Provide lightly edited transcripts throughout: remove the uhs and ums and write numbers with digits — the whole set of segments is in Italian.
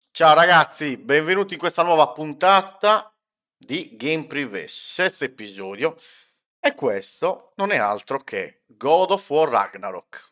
Ciao ragazzi, benvenuti in questa nuova puntata di Game Privé, sesto episodio, e questo non è altro che God of War Ragnarok.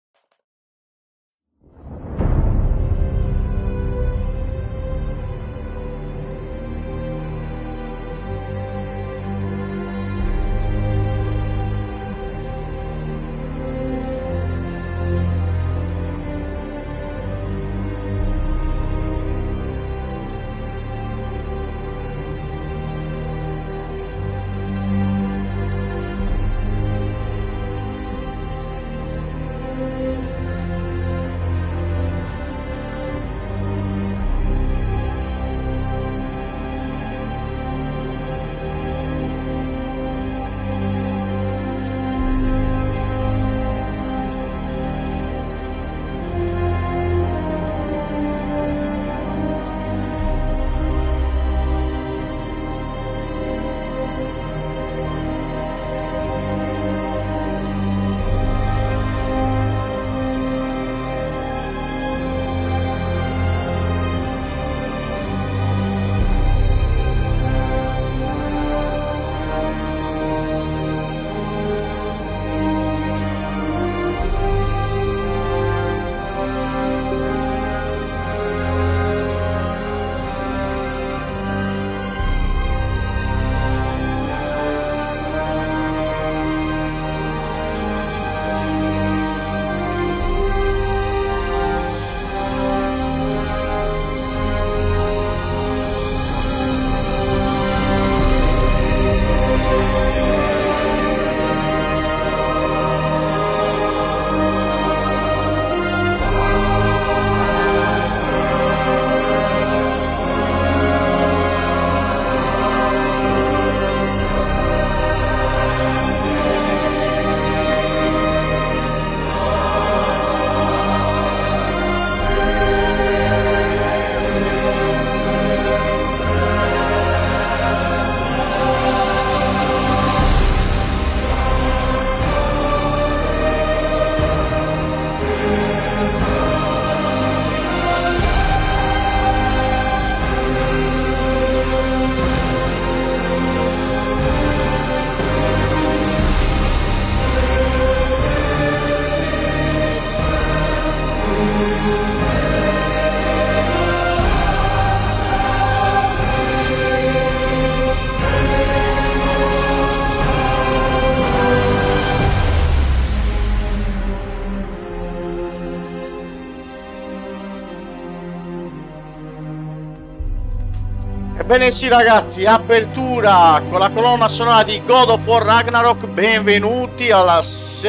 Ebbene sì ragazzi, apertura con la colonna sonora di God of War Ragnarok, benvenuti al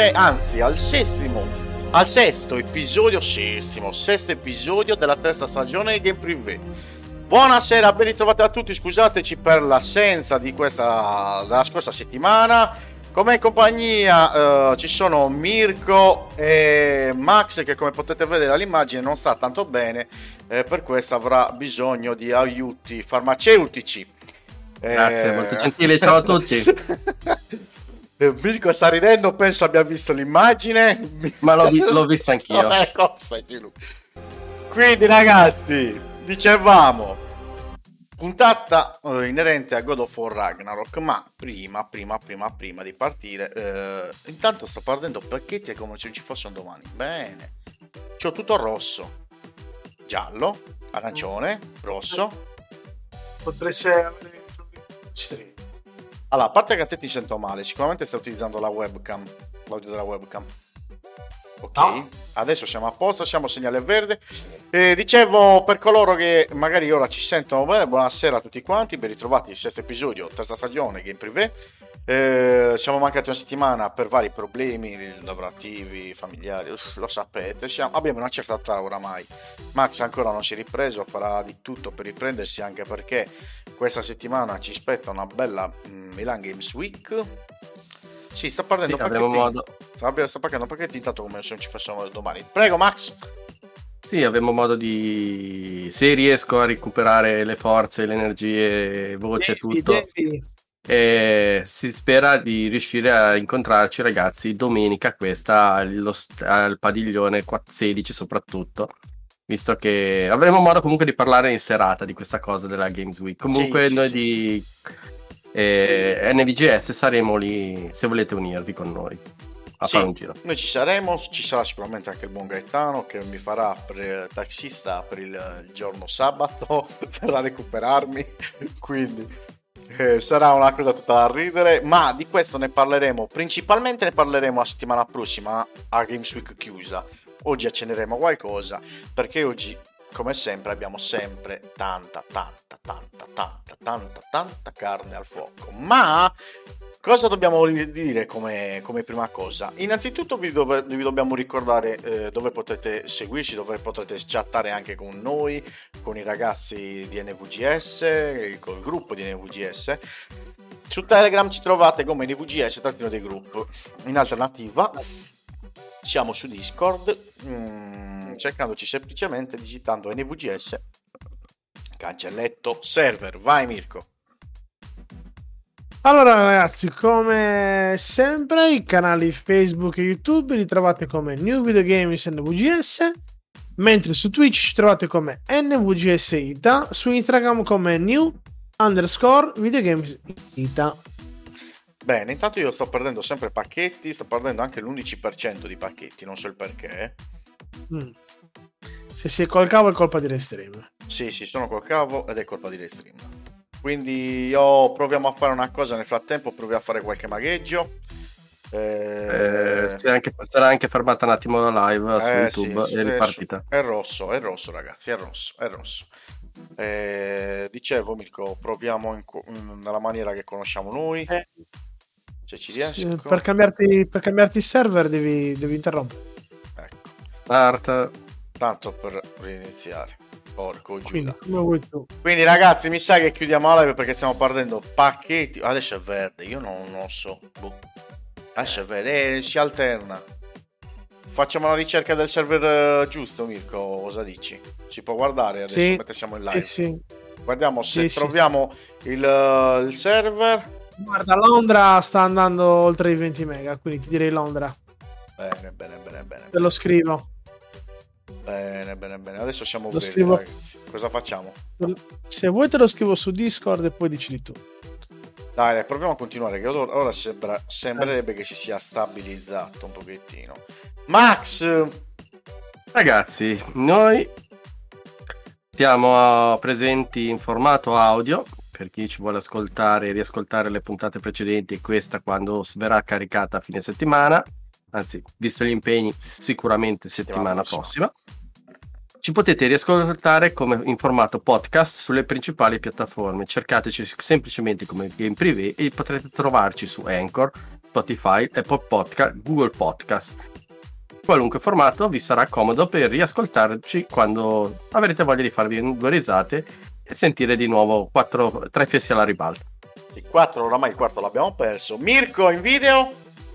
sesto episodio della terza stagione di Game Privé. Buonasera, ben ritrovati a tutti, scusateci per l'assenza della scorsa settimana. Come in compagnia ci sono Mirko e Max che, come potete vedere dall'immagine, non sta tanto bene, per questo avrà bisogno di aiuti farmaceutici. Grazie, molto gentile, ciao a tutti. Mirko sta ridendo, penso abbia visto l'immagine. Ma l'ho vista anch'io. Ecco, quindi ragazzi, dicevamo puntata inerente a God of War Ragnarok, ma prima di partire, intanto sto partendo pacchetti come se non ci fossero domani. Bene, c'ho tutto rosso, giallo, arancione, rosso. Potreste avere sì. Allora, a parte che a te ti sento male, sicuramente stai utilizzando la webcam, l'audio della webcam. Ok, no. Adesso siamo a posto, siamo a segnale verde. Dicevo, per coloro che magari ora ci sentono bene, buonasera a tutti quanti, ben ritrovati il sesto episodio, terza stagione, Game Privé. Siamo mancati una settimana per vari problemi lavorativi, familiari, lo sapete, abbiamo una certa età oramai. Max ancora non si è ripreso, farà di tutto per riprendersi, anche perché questa settimana ci aspetta una bella Milan Games Week. Sì, sta perdendo pacchetti. Sta pagando pacchetti intanto come se non ci fossero domani. Prego Max. Sì, avremo modo di... Se riesco a recuperare le forze, le energie, voce, tutto. E si spera di riuscire a incontrarci ragazzi domenica questa al padiglione 16 soprattutto, visto che avremo modo comunque di parlare in serata di questa cosa della Games Week. Comunque Sì, noi sì. di NVGS saremo lì se volete unirvi con noi a fare un giro. Noi ci saremo, ci sarà sicuramente anche il buon Gaetano che mi farà per taxista per il giorno sabato per recuperarmi, quindi sarà una cosa tutta da ridere, ma di questo ne parleremo, principalmente ne parleremo la settimana prossima a Games Week chiusa. Oggi accenderemo qualcosa, perché oggi, come sempre, abbiamo sempre tanta carne al fuoco. Ma cosa dobbiamo dire come prima cosa? Innanzitutto vi dobbiamo ricordare dove potete seguirci, dove potrete chattare anche con noi, con i ragazzi di NVGS, col gruppo di NVGS. Su Telegram ci trovate come NVGS-dei gruppo. In alternativa siamo su Discord, cercandoci semplicemente digitando NVGS cancelletto server. Vai Mirko. Allora ragazzi, come sempre i canali Facebook e YouTube li trovate come New Video Games NVGS, mentre su Twitch ci trovate come NVGS Ita, su Instagram come New_Videogames Ita. Bene, intanto io sto perdendo sempre pacchetti, sto perdendo anche l'11% di pacchetti, non so il perché. Se si è col cavo è colpa di Restream. Sì, sono col cavo ed è colpa di Restream. Quindi proviamo a fare una cosa nel frattempo, proviamo a fare qualche magheggio. Sarà anche fermata un attimo la live su YouTube e ripartita. È rosso ragazzi, è rosso. Dicevo Mirko, proviamo nella maniera che conosciamo noi. Se ci riesco. Per cambiarti il server devi interrompere. Ecco. Start. Tanto per riniziare. Porco Giuda. Quindi ragazzi, mi sa che chiudiamo la live perché stiamo perdendo pacchetti. Adesso è verde, io non so. Adesso è verde, si alterna. Facciamo la ricerca del server giusto, Mirko, cosa dici? Si può guardare adesso mentre siamo in live? Sì. Guardiamo se troviamo il server. Guarda, Londra sta andando oltre i 20 mega, quindi ti direi Londra. Bene. Te lo scrivo. Bene. Adesso siamo brevi, ragazzi. Cosa facciamo? Se vuoi te lo scrivo su Discord e poi decidi tu. Dai, proviamo a continuare, che ora sembrerebbe che si sia stabilizzato un pochettino. Max! Ragazzi, noi siamo presenti in formato audio, per chi ci vuole ascoltare e riascoltare le puntate precedenti e questa quando verrà caricata a fine settimana, anzi, visto gli impegni, sicuramente settimana prossima. Ci potete riascoltare come in formato podcast sulle principali piattaforme. Cercateci semplicemente come Game Privé e potrete trovarci su Anchor, Spotify, Apple Podcast, Google Podcast. Qualunque formato vi sarà comodo per riascoltarci quando avrete voglia di farvi due risate e sentire di nuovo tre fessi alla ribalta. Il 4, oramai il quarto l'abbiamo perso. Mirko, in video?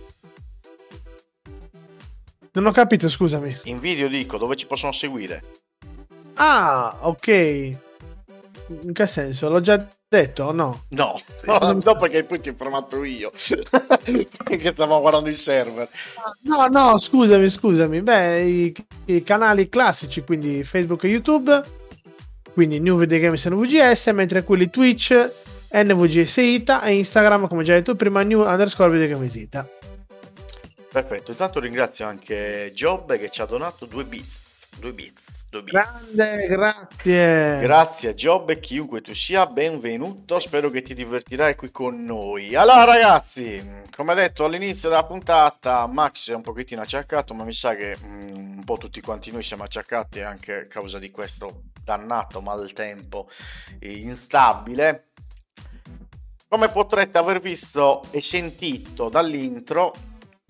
Non ho capito, scusami. In video dico, dove ci possono seguire? Ah, ok. In che senso? L'ho già detto o no? No, perché poi ti ho informato io. Perché stavamo guardando il server. No, scusami. Beh, i canali classici, quindi Facebook e YouTube, quindi New Video Games NVGS, mentre quelli Twitch, NVGS Ita e Instagram, come già detto prima, New_Videogames Ita. Perfetto, intanto ringrazio anche Giobbe che ci ha donato 2 bits. Grande, grazie a Giobbe, chiunque tu sia, benvenuto, spero che ti divertirai qui con noi. Allora ragazzi, come detto all'inizio della puntata, Max è un pochettino acciaccato, ma mi sa che un po' tutti quanti noi siamo acciaccati anche a causa di questo dannato maltempo instabile. Come potrete aver visto e sentito dall'intro,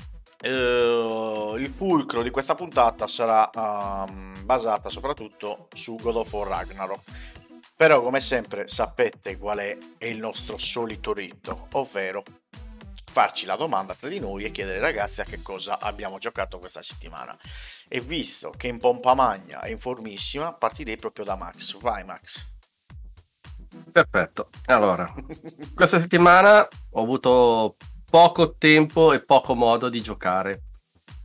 il fulcro di questa puntata sarà basata soprattutto su God of War Ragnarok, però come sempre sapete qual è il nostro solito rito, ovvero farci la domanda tra di noi e chiedere ai ragazzi a che cosa abbiamo giocato questa settimana. E visto che in pompa magna è in formissima, partirei proprio da Max. Vai Max. Perfetto, allora questa settimana ho avuto poco tempo e poco modo di giocare.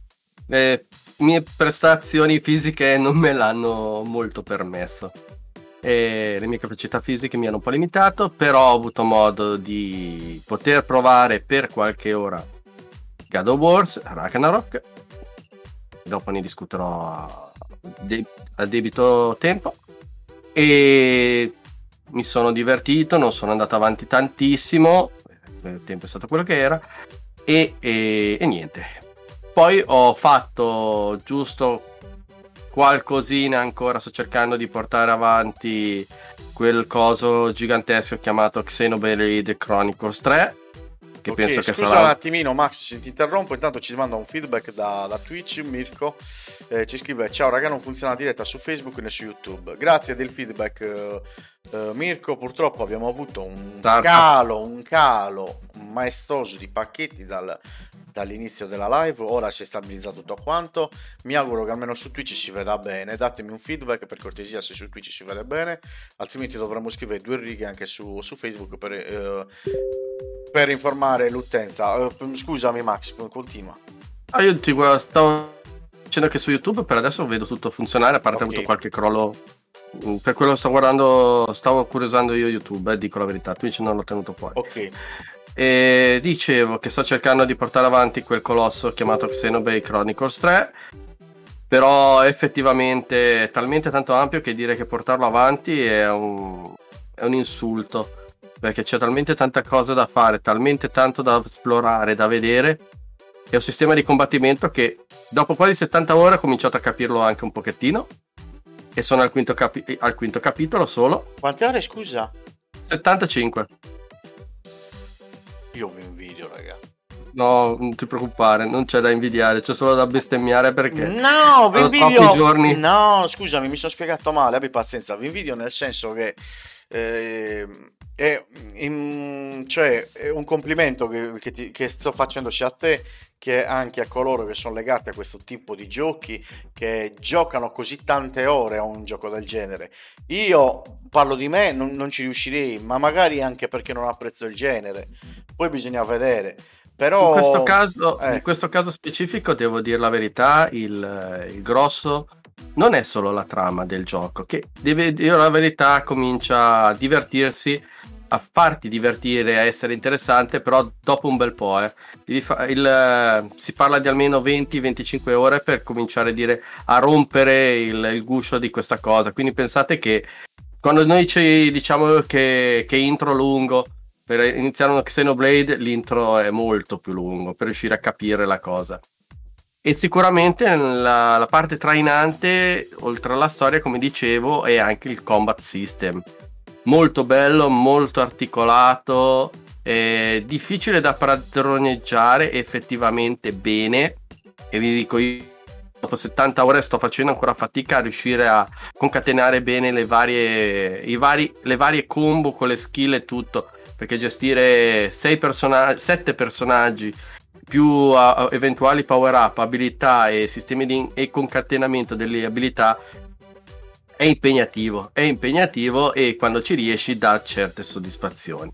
Le mie prestazioni fisiche non me l'hanno molto permesso. E le mie capacità fisiche mi hanno un po' limitato, però ho avuto modo di poter provare per qualche ora God of War, Ragnarok. Dopo ne discuterò a debito tempo. E mi sono divertito, non sono andato avanti tantissimo, il tempo è stato quello che era, e niente. Poi ho fatto giusto qualcosina ancora, sto cercando di portare avanti quel coso gigantesco chiamato Xenoblade Chronicles 3, che Okay, penso che scusa sarà un attimino Max, se ti interrompo, intanto ci manda un feedback da Twitch, Mirko, ci scrive: ciao raga, non funziona la diretta su Facebook né su YouTube. Grazie del feedback, Mirko. Purtroppo abbiamo avuto un calo maestoso di pacchetti dall'inizio della live. Ora si è stabilizzato tutto quanto. Mi auguro che almeno su Twitch si veda bene. Datemi un feedback per cortesia se su Twitch si vede bene, altrimenti dovremmo scrivere 2 righe anche su Facebook per informare l'utenza. Scusami Max, continua. io stavo dicendo che su YouTube per adesso vedo tutto funzionare, a parte avuto qualche crollo. Per quello sto guardando, stavo curiosando io YouTube, dico la verità, Twitch non l'ho tenuto fuori. Ok. E dicevo che sto cercando di portare avanti quel colosso chiamato Xenoblade Chronicles 3, però effettivamente è talmente tanto ampio che dire che portarlo avanti è un insulto, perché c'è talmente tanta cosa da fare, talmente tanto da esplorare, da vedere. È un sistema di combattimento che dopo quasi 70 ore ho cominciato a capirlo anche un pochettino, e sono al quinto capitolo solo. Quante ore, scusa? 75. Io vi invidio, raga. No, non ti preoccupare, non c'è da invidiare, c'è solo da bestemmiare, perché no, vi invidio. Troppi giorni. No, scusami, mi sono spiegato male, abbi pazienza. Vi invidio nel senso che è un complimento che sto facendo sia a te che anche a coloro che sono legati a questo tipo di giochi, che giocano così tante ore a un gioco del genere. Io parlo di me, non ci riuscirei, ma magari anche perché non apprezzo il genere. Poi bisogna vedere. Però in questo caso specifico, devo dire la verità, il grosso non è solo la trama del gioco, che deve dire la verità, comincia a divertirsi, a farti divertire, a essere interessante, però dopo un bel po'. Si parla di almeno 20-25 ore per cominciare a rompere il guscio di questa cosa. Quindi pensate che quando noi ci diciamo che intro lungo, per iniziare uno Xenoblade l'intro è molto più lungo per riuscire a capire la cosa. E sicuramente la parte trainante, oltre alla storia, come dicevo, è anche il combat system. Molto bello, molto articolato, difficile da padroneggiare effettivamente bene. E vi dico, io dopo 70 ore sto facendo ancora fatica a riuscire a concatenare bene le varie combo con le skill e tutto, perché gestire 7 personaggi più eventuali power up, abilità e sistemi e concatenamento delle abilità è impegnativo, e quando ci riesci dà certe soddisfazioni.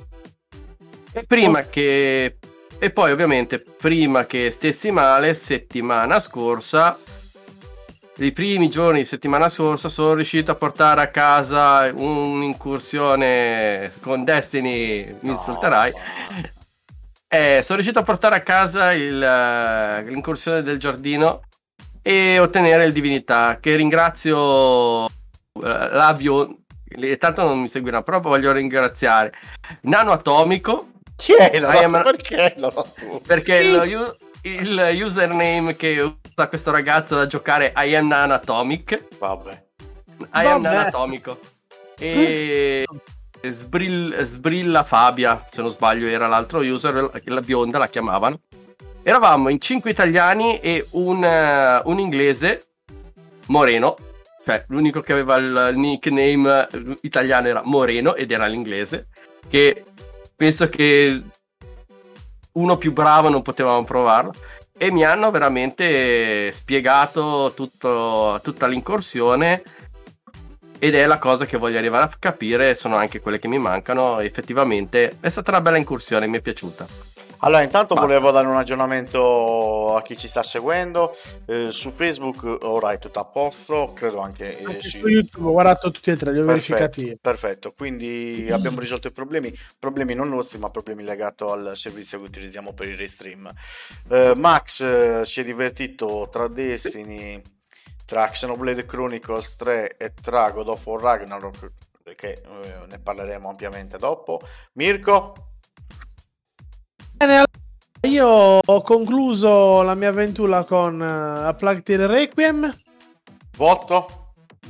E poi ovviamente prima che stessi male, settimana scorsa, i primi giorni di settimana scorsa, sono riuscito a portare a casa un'incursione con Destiny, mi insulterai. Sono riuscito a portare a casa l'incursione del giardino e ottenere il divinità, che ringrazio la bionda, tanto non mi seguirà, però voglio ringraziare Nano Atomico. Chi è perché perché il username che usa questo ragazzo da giocare I am Nano Atomic. Vabbè. I am Nano Atomico. E Sbrilla Fabia, se non sbaglio era l'altro user, la bionda la chiamavano. Eravamo in 5 italiani e un inglese, Moreno, cioè l'unico che aveva il nickname italiano era Moreno ed era l'inglese, che penso che uno più bravo non potevamo provarlo, e mi hanno veramente spiegato tutta l'incursione, ed è la cosa che voglio arrivare a capire, sono anche quelle che mi mancano. Effettivamente è stata una bella incursione, mi è piaciuta. Allora, intanto Basta. volevo dare un aggiornamento a chi ci sta seguendo. Su Facebook ora è tutto a posto, credo anche, Anche su YouTube ho guardato tutti e tre, li ho verificati io. Perfetto, quindi abbiamo risolto i problemi non nostri, ma problemi legati al servizio che utilizziamo per il restream. Max si è divertito tra Destiny, tra Xenoblade Chronicles 3 e tra God of War Ragnarok, che ne parleremo ampiamente dopo. Mirko? Bene, io ho concluso la mia avventura con A Plague Tale Requiem. Voto?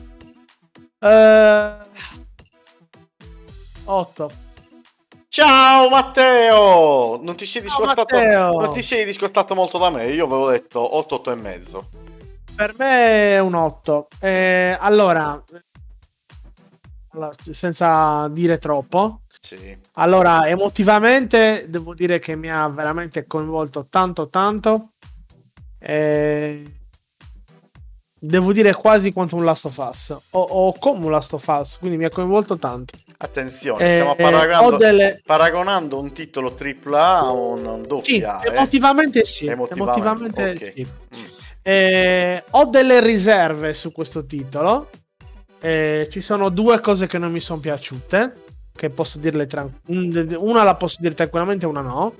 8. Ciao Matteo! Non ti sei discostato, Matteo! non ti sei discostato molto da me, io avevo detto 8 e mezzo. Per me è un 8. Allora, senza dire troppo, Sì. allora, emotivamente devo dire che mi ha veramente coinvolto tanto. Devo dire quasi quanto un Last of Us o come un Last of Us, quindi mi ha coinvolto tanto. Attenzione, stiamo paragonando, paragonando un titolo AAA a un doppia. Sì, emotivamente sì. Emotivamente, ok. Sì. Ho delle riserve su questo titolo. Ci sono due cose che non mi sono piaciute, che posso dirle una la posso dire tranquillamente, una no.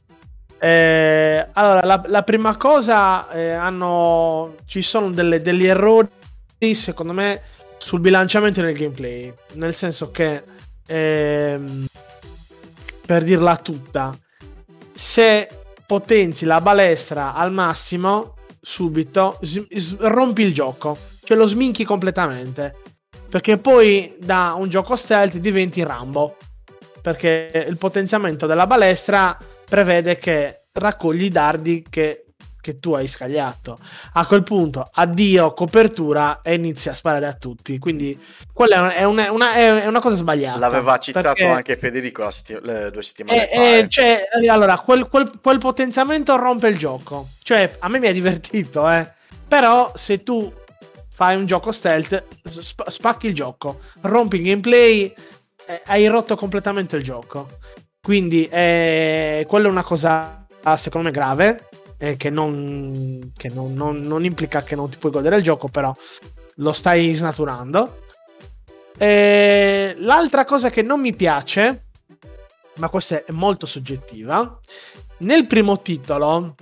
Allora, la prima cosa, ci sono degli errori secondo me sul bilanciamento del gameplay, nel senso che per dirla tutta, se potenzi la balestra al massimo subito rompi il gioco, cioè lo sminchi completamente, perché poi da un gioco stealth diventi Rambo, perché il potenziamento della balestra prevede che raccogli i dardi che tu hai scagliato. A quel punto addio copertura e inizi a sparare a tutti, quindi quella è una cosa sbagliata. L'aveva citato perché anche Federico 2 settimane fa. Cioè, allora quel potenziamento rompe il gioco, cioè a me mi ha divertito, però se tu fai un gioco stealth spacchi il gioco, rompi il gameplay, hai rotto completamente il gioco. Quindi quella è una cosa secondo me grave, che non implica che non ti puoi godere il gioco, però lo stai snaturando. L'altra cosa che non mi piace, ma questa è molto soggettiva, nel primo titolo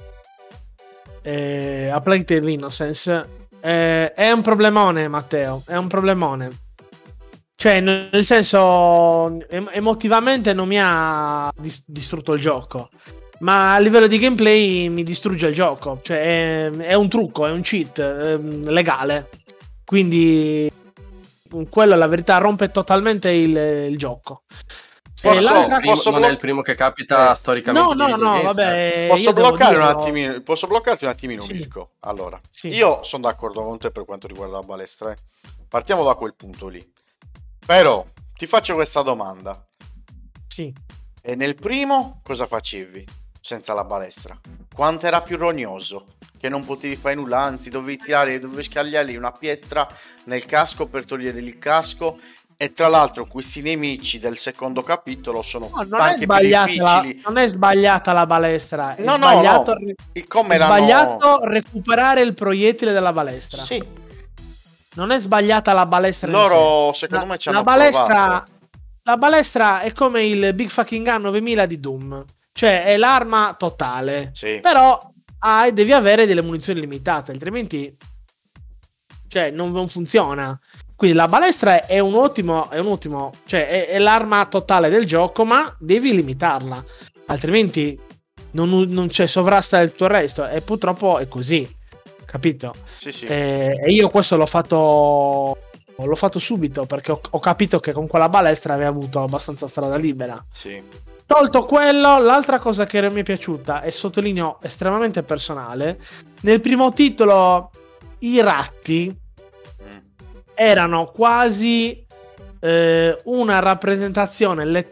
A Plague Tale Innocence è un problemone, Matteo, è un problemone. Cioè, nel senso, emotivamente non mi ha distrutto il gioco, ma a livello di gameplay mi distrugge il gioco. Cioè, è un trucco, è un cheat legale. Quindi, quello, la verità, rompe totalmente il gioco. Non è il primo che capita storicamente. No, vabbè. Posso bloccarti un attimino, Sì. Mirko? Allora, Sì. io sono d'accordo con te per quanto riguarda la balestra. Partiamo da quel punto lì. Però ti faccio questa domanda. Sì. E nel primo cosa facevi senza la balestra? Quanto era più rognoso? Che non potevi fare nulla, anzi dovevi scagliare una pietra nel casco per togliere il casco. E tra l'altro questi nemici del secondo capitolo sono anche più difficili. Non è sbagliata la balestra, è No. Il come è sbagliato recuperare il proiettile della balestra. Sì. Non è sbagliata la balestra. Loro secondo me ci hanno provato. La balestra è come il Big Fucking Gun 9000 di Doom, cioè è l'arma totale. Sì. Però devi avere delle munizioni limitate, altrimenti cioè non funziona. Quindi la balestra è un ottimo, cioè è l'arma totale del gioco, ma devi limitarla, altrimenti non c'è, sovrasta il tuo resto, e purtroppo è così, capito? Sì. E io questo l'ho fatto subito, perché ho capito che con quella balestra avevo avuto abbastanza strada libera. Sì. Tolto quello, l'altra cosa che mi è piaciuta, e sottolineo estremamente personale, nel primo titolo i ratti erano quasi una rappresentazione,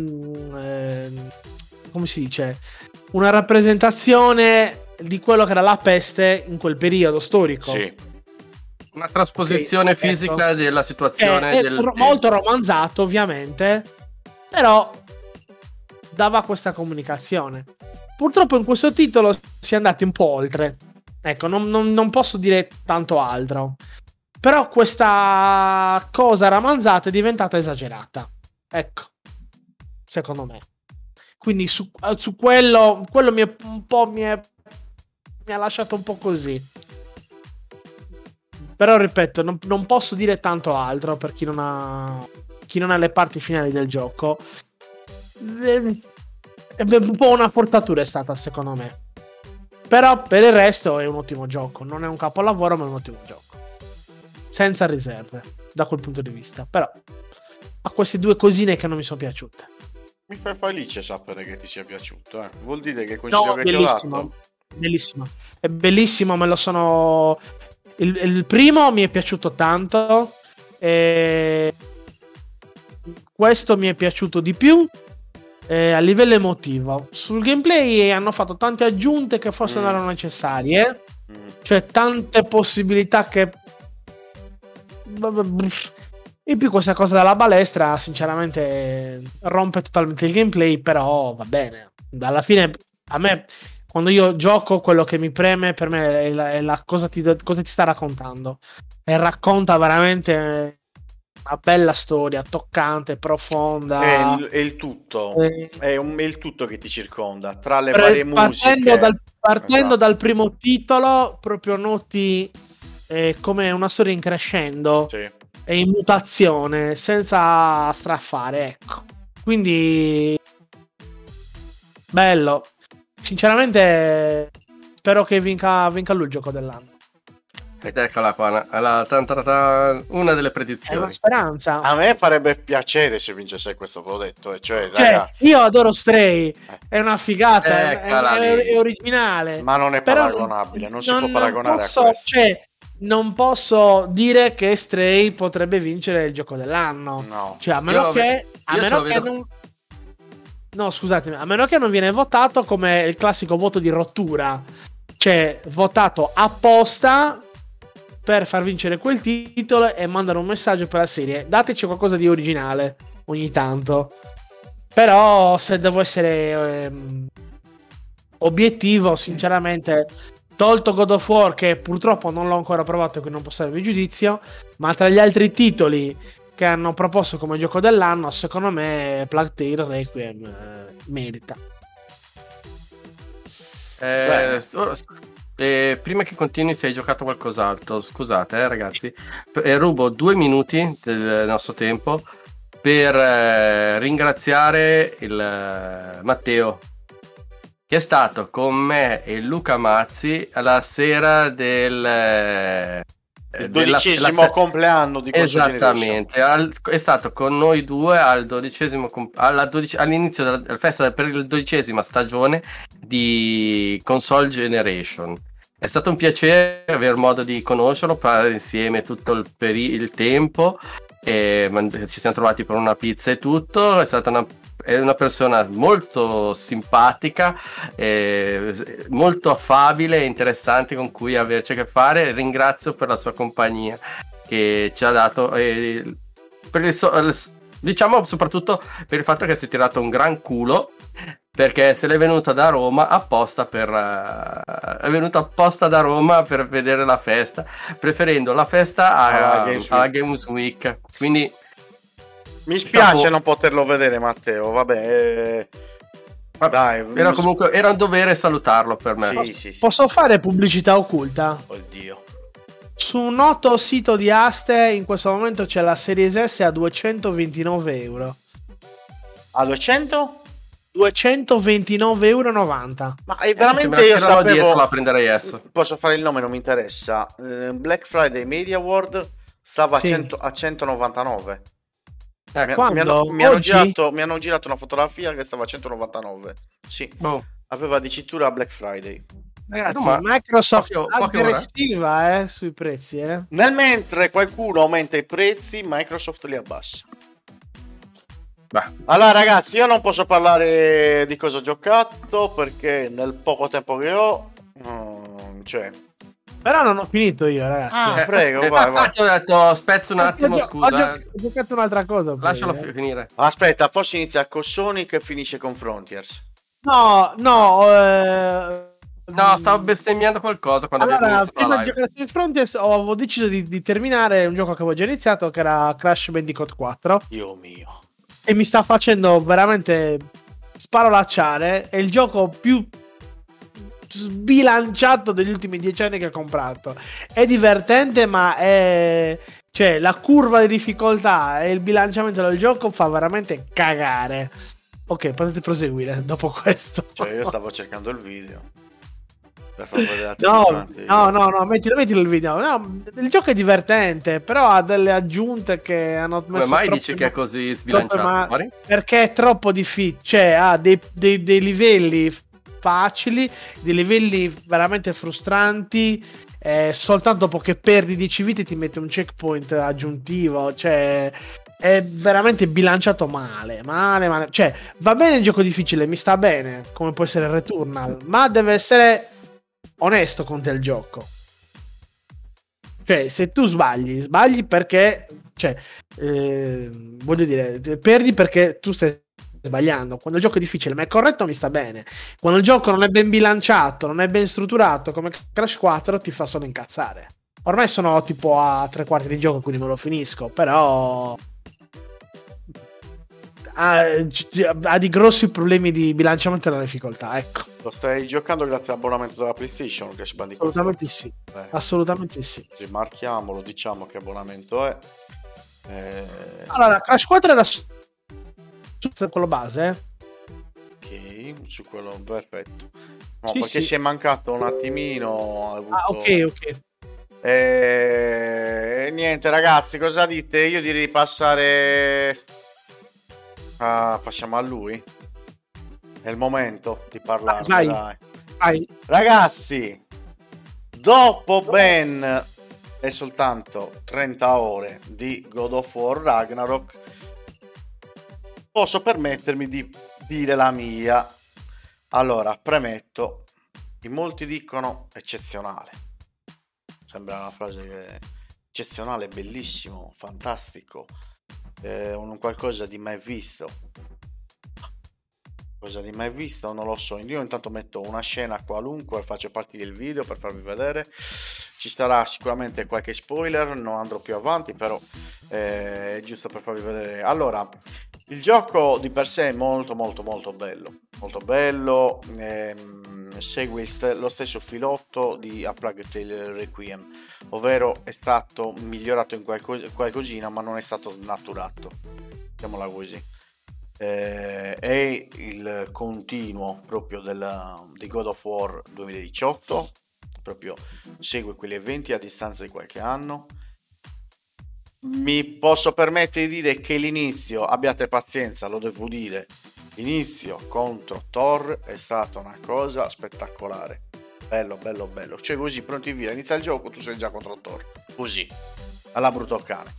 come si dice? Una rappresentazione di quello che era la peste in quel periodo storico. Sì. Una trasposizione fisica della situazione. È molto romanzato, ovviamente, però dava questa comunicazione. purtroppo in questo titolo si è andati un po' oltre. Ecco, non posso dire tanto altro. Però questa cosa ramanzata è diventata esagerata. Ecco, secondo me. Quindi su quello mi ha lasciato un po' così. Però ripeto, non posso dire tanto altro per chi non ha le parti finali del gioco. È un po' una forzatura è stata, secondo me. Però per il resto è un ottimo gioco. Non è un capolavoro, ma è un ottimo gioco. Senza riserve, da quel punto di vista. Però ha queste due cosine che non mi sono piaciute. Mi fa felice sapere che ti sia piaciuto. Vuol dire che il consiglio che bellissimo, ti ho dato... bellissimo. È bellissimo, me lo sono... Il primo mi è piaciuto tanto. E... questo mi è piaciuto di più. A livello emotivo. Sul gameplay hanno fatto tante aggiunte che forse non erano necessarie. Cioè tante possibilità che... In più questa cosa della balestra sinceramente rompe totalmente il gameplay, però va bene. Alla fine a me, quando io gioco, quello che mi preme per me è la cosa ti sta raccontando, e racconta veramente una bella storia, toccante, profonda. È il tutto, è il tutto che ti circonda, tra le varie musiche. Partendo dal primo titolo, proprio noti come una storia in crescendo. Sì. E in mutazione senza straffare, ecco. Quindi bello, sinceramente spero che vinca lui il gioco dell'anno. Ed eccola qua, una delle predizioni. È una speranza. A me farebbe piacere se vincesse questo, l'ho detto, raga, io adoro Stray, è una figata, è originale, ma non è paragonabile, non si può paragonare a questo. Non posso dire che Stray potrebbe vincere il gioco dell'anno. No. Cioè, a meno che non... No, scusatemi, a meno che non viene votato come il classico voto di rottura. Cioè, votato apposta per far vincere quel titolo e mandare un messaggio per la serie. Dateci qualcosa di originale ogni tanto. Però, se devo essere obiettivo, sinceramente... Tolto God of War, che purtroppo non l'ho ancora provato e quindi non posso darvi giudizio, ma tra gli altri titoli che hanno proposto come gioco dell'anno, secondo me Plague Tale Requiem merita. Prima che continui, se hai giocato qualcos'altro, scusate ragazzi, rubo 2 minuti del nostro tempo per ringraziare il Matteo, che è stato con me e Luca Mazzi alla sera del 12° compleanno di Console esattamente, è stato con noi due al 12° all'inizio della festa per il 12ª stagione di Console Generation. È stato un piacere aver modo di conoscerlo, parlare insieme tutto il tempo, e ci siamo trovati per una pizza e tutto. È stata una persona molto simpatica, molto affabile e interessante con cui averci a che fare. Ringrazio per la sua compagnia che ci ha dato, diciamo soprattutto per il fatto che si è tirato un gran culo, perché se l'è venuta da Roma apposta è venuto apposta da Roma per vedere la festa, preferendo la festa alla Games Week. Quindi mi spiace non poterlo vedere, Matteo. Vabbè, dai, era un dovere salutarlo per me. Sì. Posso fare pubblicità occulta? Oddio. Su un noto sito di aste in questo momento c'è la Series S a 229 euro. A 200? 229,90 euro. Ma è veramente, io sapevo, la prenderei adesso. Posso fare il nome, non mi interessa. Black Friday Media World stava a 199. Mi hanno girato una fotografia che stava a 199. Sì. Aveva addirittura Black Friday. Ragazzi, Microsoft aggressiva sui prezzi. Nel mentre qualcuno aumenta i prezzi, Microsoft li abbassa. Allora ragazzi, io non posso parlare di cosa ho giocato perché nel poco tempo che ho però non ho finito io, ragazzi. Prego, vai. Ti ho detto spezzo un attimo, scusa. Ho giocato un'altra cosa. Lascialo finire. Aspetta, forse inizia con Sonic e finisce con Frontiers. No, stavo bestemmiando qualcosa quando allora, abbiamo iniziato prima la di live. giocare su Frontiers avevo deciso di terminare un gioco che avevo già iniziato, che era Crash Bandicoot 4, Dio mio. e mi sta facendo veramente sparolacciare. È il gioco più sbilanciato degli ultimi 10 anni che ho comprato. È divertente, ma è... cioè, la curva di difficoltà e il bilanciamento del gioco fa veramente cagare. Ok, potete proseguire dopo questo. Cioè, io stavo cercando il video per far vedere a tutti No, quanti. no, mettilo il video. No, il gioco è divertente, però ha delle aggiunte che hanno messo. Come mai troppe dici che è così sbilanciato? Mari? Perché è troppo difficile. Cioè, ha dei livelli facili, dei livelli veramente frustranti. Soltanto dopo che perdi 10 vite ti mette un checkpoint aggiuntivo. Cioè, è veramente bilanciato male. Cioè, va bene il gioco difficile, mi sta bene, come può essere Returnal, ma deve essere onesto con te il gioco. Cioè, se tu sbagli perché, cioè, voglio dire, perdi perché tu stai sbagliando. Quando il gioco è difficile ma è corretto, mi sta bene. Quando il gioco non è ben bilanciato, non è ben strutturato come Crash 4, ti fa solo incazzare. Ormai sono tipo a 3/4 di gioco, quindi me lo finisco, però ha di grossi problemi di bilanciamento della difficoltà, ecco. Lo stai giocando grazie all'abbonamento della PlayStation, Crash Bandicoot? Assolutamente sì. Bene. Assolutamente sì. Rimarchiamolo, diciamo che abbonamento è. Allora, Crash 4 era su quello base. Ok, su quello perfetto. No, Sì, perché sì. si è mancato un attimino. Ok. Niente, ragazzi, cosa dite? Io direi di passare. Passiamo a lui. È il momento di parlare. Vai. Ragazzi, dopo ben e soltanto 30 ore di God of War Ragnarok, posso permettermi di dire la mia. Allora, premetto, in molti dicono eccezionale. Sembra una frase eccezionale, bellissimo, fantastico, un qualcosa di mai visto. Cosa di mai visto? Non lo so. Io intanto metto una scena qualunque, faccio partire il video per farvi vedere. Ci sarà sicuramente qualche spoiler, non andrò più avanti, però è giusto per farvi vedere. Allora, il gioco di per sé è molto bello. Molto bello, segue lo stesso filotto di A Plague Tale Requiem, ovvero è stato migliorato in qualcosina, ma non è stato snaturato, diciamola così. È il continuo proprio di God of War 2018, proprio segue quegli eventi a distanza di qualche anno. Mi posso permettere di dire che l'inizio, abbiate pazienza, lo devo dire, l'inizio contro Thor è stata una cosa spettacolare, bello, cioè così pronti via, inizia il gioco, tu sei già contro Thor, così, alla brutto cane.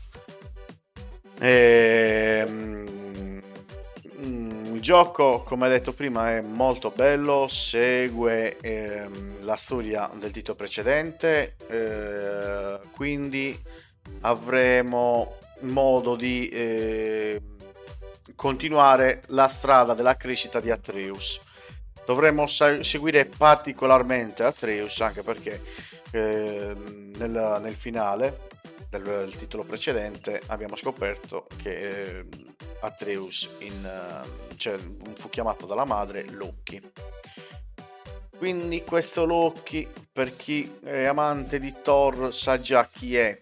Il gioco, come detto prima, è molto bello, segue la storia del titolo precedente, quindi avremo modo di continuare la strada della crescita di Atreus. Dovremo seguire particolarmente Atreus, anche perché nel finale del titolo precedente abbiamo scoperto che Atreus fu chiamato dalla madre Loki. Quindi questo Loki, per chi è amante di Thor, sa già chi è.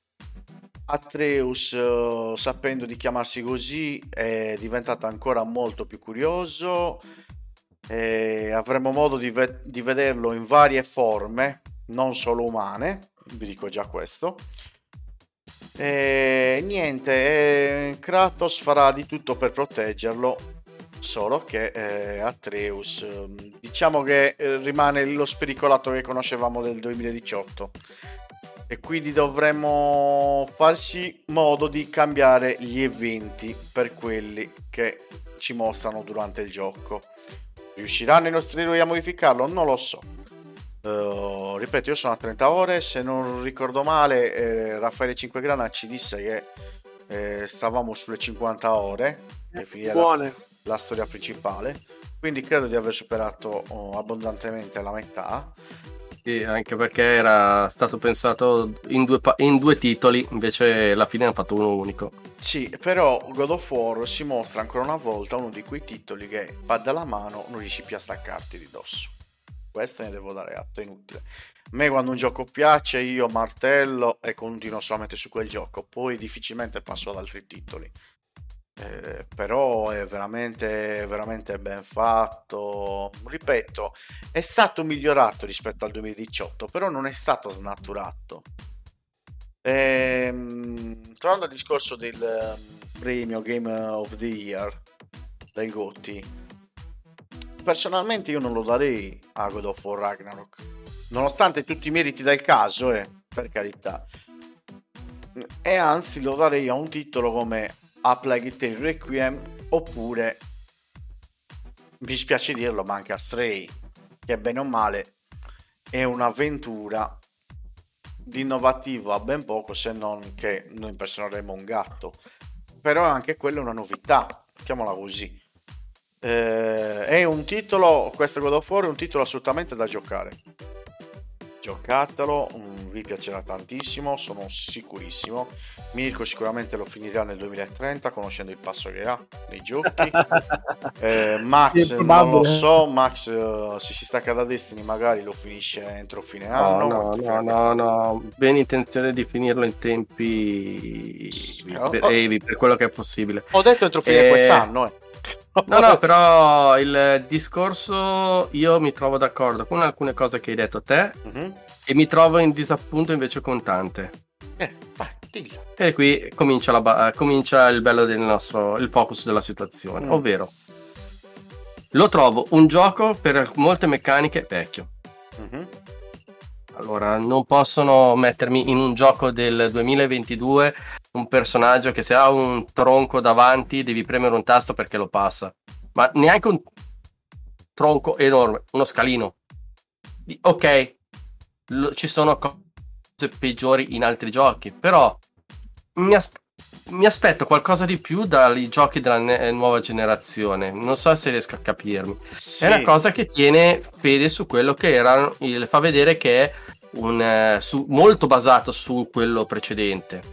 Atreus, sapendo di chiamarsi così, è diventato ancora molto più curioso. Avremo modo di vederlo in varie forme, non solo umane, vi dico già questo. Niente, Kratos farà di tutto per proteggerlo, solo che Atreus, diciamo che rimane lo spericolato che conoscevamo del 2018, e quindi dovremmo farsi modo di cambiare gli eventi per quelli che ci mostrano durante il gioco. Riusciranno i nostri eroi a modificarlo? Non lo so. Ripeto, io sono a 30 ore, se non ricordo male Raffaele Cinquegrana ci disse che stavamo sulle 50 ore per finire la storia principale, quindi credo di aver superato abbondantemente la metà. Sì, anche perché era stato pensato in due titoli, invece alla fine hanno fatto uno unico. Sì, però God of War si mostra ancora una volta uno di quei titoli che pad alla mano non riesci più a staccarti di dosso. Questo ne devo dare atto, è inutile. A me quando un gioco piace io martello e continuo solamente su quel gioco, poi difficilmente passo ad altri titoli. Però è veramente ben fatto. Ripeto, è stato migliorato rispetto al 2018, però non è stato snaturato. Tornando al discorso del premio Game of the Year dai GOTY, personalmente io non lo darei a God of War Ragnarok, nonostante tutti i meriti del caso, per carità, e anzi lo darei a un titolo come A Plague Tale Requiem, oppure, mi dispiace dirlo, ma anche a Stray, che bene o male è un'avventura di innovativo a ben poco, se non che noi impersoneremo un gatto, però anche quella è una novità, mettiamola così. È un titolo, questo God of War è un titolo assolutamente da giocare, giocatelo, vi piacerà tantissimo, sono sicurissimo. Mirko sicuramente lo finirà nel 2030 conoscendo il passo che ha nei giochi. Max non lo so, Max se si stacca da Destiny magari lo finisce entro fine anno. No, ben intenzione di finirlo in tempi brevi, per quello che è possibile. Ho detto entro fine quest'anno. No, però il discorso io mi trovo d'accordo con alcune cose che hai detto te, e mi trovo in disappunto invece con tante. Vai, dillo. E qui comincia il bello del il focus della situazione, ovvero lo trovo un gioco per molte meccaniche vecchio. Allora, non possono mettermi in un gioco del 2022 un personaggio che se ha un tronco davanti devi premere un tasto perché lo passa, ma neanche un tronco enorme, uno scalino. Ok, ci sono cose peggiori in altri giochi, però mi aspetto qualcosa di più dai giochi della nuova generazione. Non so se riesco a capirmi. Sì. È una cosa che tiene fede su quello che era, le fa vedere che è molto basato su quello precedente.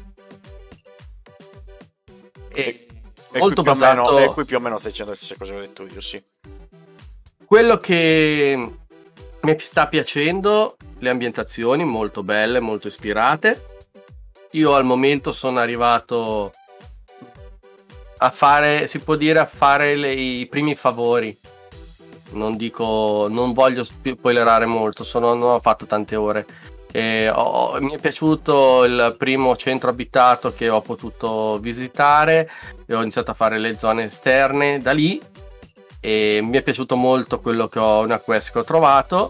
E molto basato. E qui più o meno stai dicendo le stesse cose che ho detto io, sì. Quello che mi sta piacendo, le ambientazioni molto belle, molto ispirate. Io al momento sono arrivato a fare, si può dire, a fare i primi favori. Non voglio spoilerare molto, non ho fatto tante ore. Mi è piaciuto il primo centro abitato che ho potuto visitare e ho iniziato a fare le zone esterne da lì, e mi è piaciuto molto una quest che ho trovato,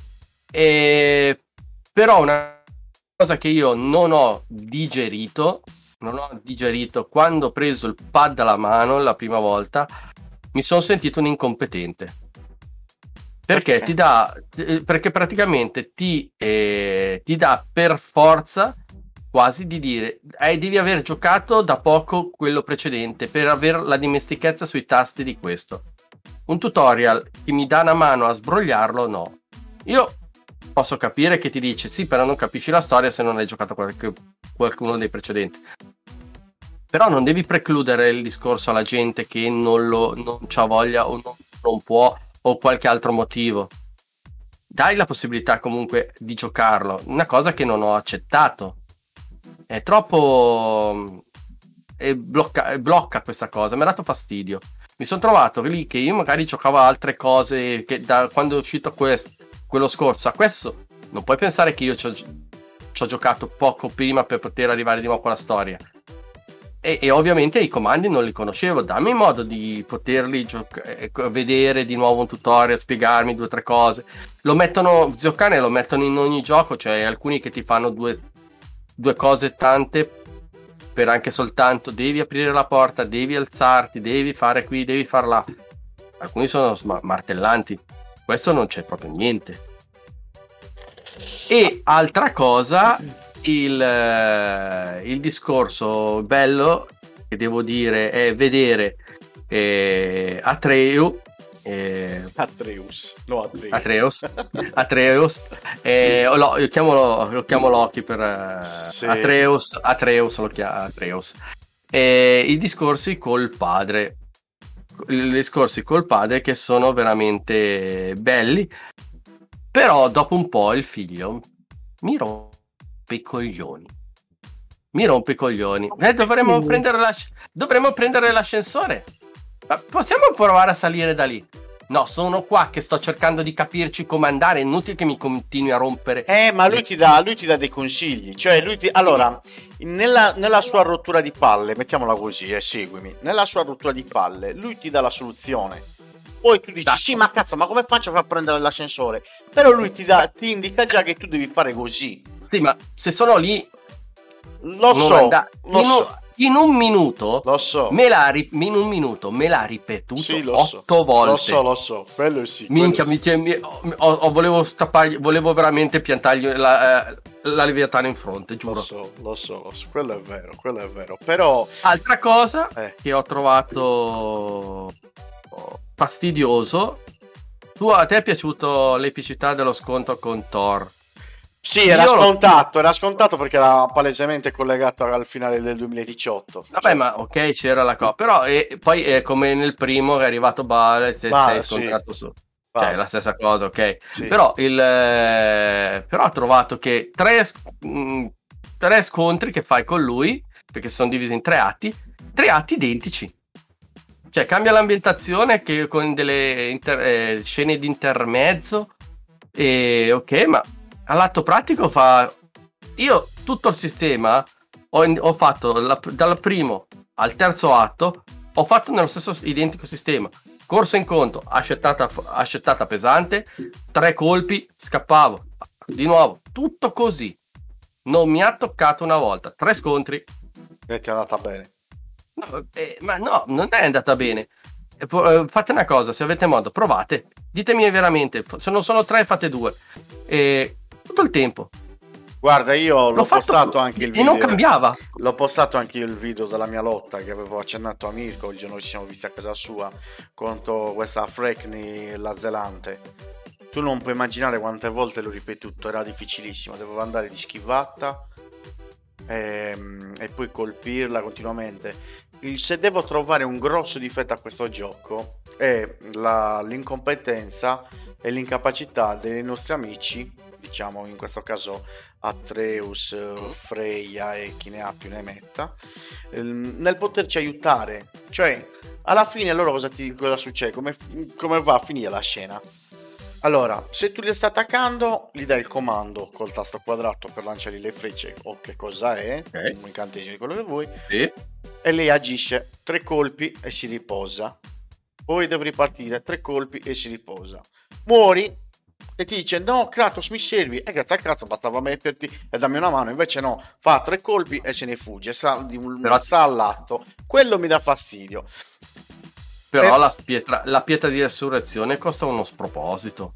però una cosa che io non ho digerito quando ho preso il pad alla mano la prima volta, mi sono sentito un incompetente. Perché perché praticamente ti dà per forza quasi di dire devi aver giocato da poco quello precedente per avere la dimestichezza sui tasti di questo. Un tutorial che mi dà una mano a sbrogliarlo, no. Io posso capire che ti dice sì, però non capisci la storia se non hai giocato qualcuno dei precedenti. Però non devi precludere il discorso alla gente che non c'ha voglia o non può, o qualche altro motivo. Dai la possibilità comunque di giocarlo, una cosa che non ho accettato. È troppo blocca questa cosa, mi ha dato fastidio. Mi sono trovato lì che io magari giocavo altre cose che da quando è uscito quello scorso a questo, non puoi pensare che io ci ho giocato poco prima per poter arrivare di nuovo con la storia. E ovviamente i comandi non li conoscevo, dammi modo di poterli vedere di nuovo un tutorial, spiegarmi 2 o 3 cose. Zio Cane lo mettono in ogni gioco, cioè alcuni che ti fanno due cose tante per anche soltanto devi aprire la porta, devi alzarti, devi fare qui, devi far là. Alcuni sono martellanti, questo non c'è proprio niente. E altra cosa, il discorso bello che devo dire è vedere Atreyu Atreus, no Atreus, lo chiamo Loki per Sì. Atreus lo chiama Atreus. I discorsi col padre che sono veramente belli, però dopo un po' il figlio mi rompe i coglioni. Dovremmo prendere l'ascensore. Ma possiamo provare a salire da lì? No, sono qua che sto cercando di capirci come andare. È inutile che mi continui a rompere. Ma lui ti dà dei consigli. Cioè, allora, nella sua rottura di palle, mettiamola così, seguimi. Nella sua rottura di palle, lui ti dà la soluzione. Poi tu dici, sì, ma cazzo, ma come faccio a prendere l'ascensore? Però lui ti indica già che tu devi fare così. Sì, ma se sono lì... Lo so. In un minuto lo so. me l'ha ripetuto sì, 8 volte. Lo so. Quello sì. Minchia, volevo veramente piantargli la Leviatano in fronte, giuro. Lo so. Quello è vero. Però altra cosa che ho trovato fastidioso. A te è piaciuto l'epicità dello scontro con Thor? Sì, era scontato perché era palesemente collegato al finale del 2018. Vabbè, ma ok, c'era la cosa, però poi come nel primo è arrivato Bale, sei scontrato su. Cioè, è la stessa cosa, ok. Sì. Però ho trovato che tre scontri che fai con lui, perché sono divisi in 3 atti identici. Cioè, cambia l'ambientazione che con delle scene di intermezzo, ok, ma all'atto pratico io tutto il sistema ho fatto dal primo al terzo atto, ho fatto nello stesso identico sistema: corsa in conto, ascettata pesante, 3 colpi, scappavo di nuovo, tutto così, non mi ha toccato una volta. 3 scontri e ti è andata bene. Ma no, non è andata bene. Fate una cosa, se avete modo, provate, ditemi veramente, se non sono 3 fate 2 tutto il tempo. Guarda, io l'ho postato anche il video e non cambiava. L'ho postato anche io il video della mia lotta che avevo accennato a Mirko il giorno che ci siamo visti a casa sua contro questa Frekni, la Zelante. Tu non puoi immaginare quante volte l'ho ripetuto, era difficilissimo, dovevo andare di schivata e poi colpirla continuamente. Se devo trovare un grosso difetto a questo gioco è l'incompetenza e l'incapacità dei nostri amici, diciamo in questo caso Atreus, Freya e chi ne ha più ne metta, nel poterci aiutare. Cioè, alla fine loro cosa succede? Come va a finire la scena? Allora, se tu li stai attaccando, gli dai il comando col tasto quadrato per lanciargli le frecce o che cosa è, un incantesimo di quello che vuoi, sì. E lei agisce 3 colpi e si riposa. Poi devi ripartire 3 colpi e si riposa. Muori e ti dice no Kratos mi servi, e grazie al cazzo bastava metterti e dammi una mano. Invece no, fa 3 colpi e se ne fugge, sta all'atto. Quello mi dà fastidio. Però la pietra di resurrezione costa uno sproposito.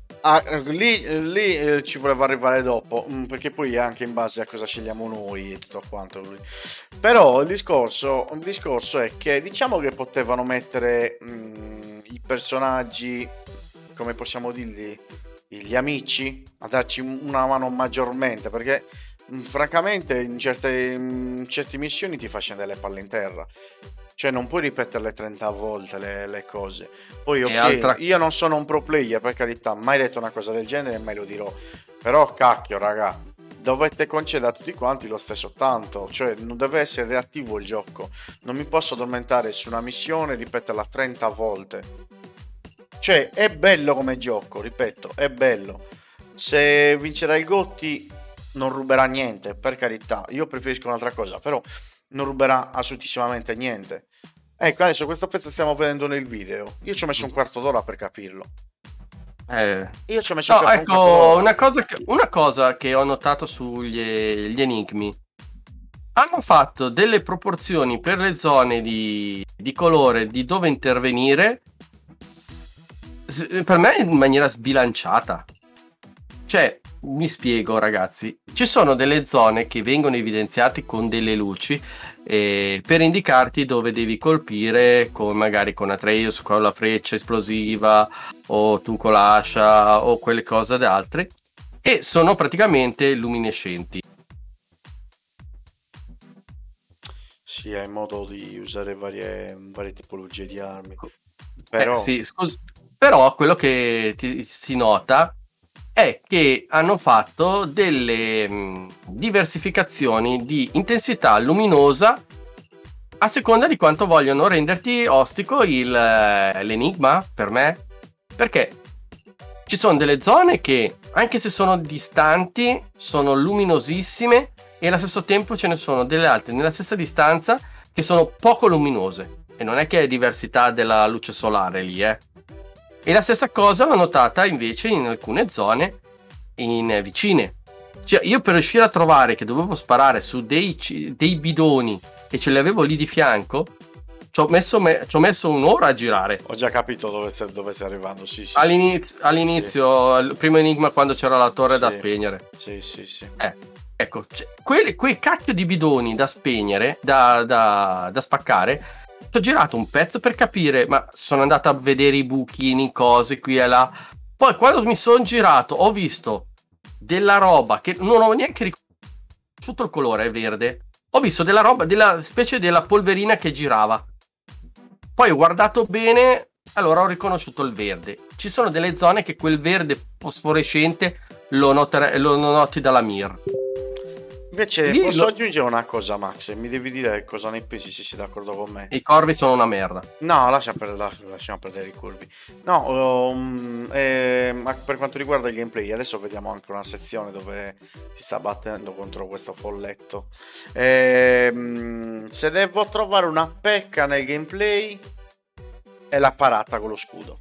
Lì ci voleva arrivare dopo, perché poi è anche in base a cosa scegliamo noi e tutto quanto. Però il discorso è che diciamo che potevano mettere i personaggi, come possiamo dirli, gli amici, a darci una mano maggiormente, perché francamente in certe missioni ti fa scendere le palle in terra. Cioè non puoi ripeterle 30 volte le cose. Poi ok, io non sono un pro player, per carità, mai detto una cosa del genere e mai lo dirò. Però cacchio raga, dovete concedere a tutti quanti lo stesso tanto. Cioè non deve essere reattivo il gioco. Non mi posso addormentare su una missione e ripeterla 30 volte. Cioè è bello come gioco, ripeto, è bello. Se vincerà il Gotti non ruberà niente, per carità. Io preferisco un'altra cosa, però non ruberà assolutissimamente niente. Ecco, adesso questo pezzo stiamo vedendo nel video. Io ci ho messo un quarto d'ora per capirlo. Io ci ho messo un quarto d'ora. Una cosa che ho notato sugli enigmi: hanno fatto delle proporzioni per le zone di colore di dove intervenire, per me in maniera sbilanciata. Cioè mi spiego, ragazzi. Ci sono delle zone che vengono evidenziate con delle luci per indicarti dove devi colpire, magari con Atreus, con la freccia esplosiva o tu con l'ascia o quelle cose ad altre, e sono praticamente luminescenti. Sì, hai modo di usare varie tipologie di armi. Però, sì, però quello che si nota è che hanno fatto delle diversificazioni di intensità luminosa a seconda di quanto vogliono renderti ostico l'enigma, per me. Perché ci sono delle zone che, anche se sono distanti, sono luminosissime, e allo stesso tempo ce ne sono delle altre nella stessa distanza che sono poco luminose. E non è che è diversità della luce solare lì, E la stessa cosa l'ho notata invece in alcune zone vicine. Cioè, io per riuscire a trovare che dovevo sparare su dei bidoni e ce li avevo lì di fianco, ci ho messo un'ora a girare. Ho già capito dove stai arrivando. Sì, all'inizio, il primo enigma, quando c'era la torre da spegnere. Sì. Ecco, quei cacchio di bidoni da spegnere, da spaccare. Ci ho girato un pezzo per capire, ma sono andato a vedere i buchini, cose qui e là. Poi quando mi sono girato ho visto della roba che non ho neanche riconosciuto il colore, è verde. Ho visto della roba, della specie della polverina che girava. Poi ho guardato bene, allora ho riconosciuto il verde. Ci sono delle zone che quel verde fosforescente lo noti dalla mir. Invece posso aggiungere una cosa, Max? Mi devi dire cosa ne pensi, se sei d'accordo con me. I corvi sono una merda. No, lasciamo perdere i curvi. No, ma per quanto riguarda il gameplay, adesso vediamo anche una sezione dove si sta battendo contro questo folletto. Se devo trovare una pecca nel gameplay, è la parata con lo scudo.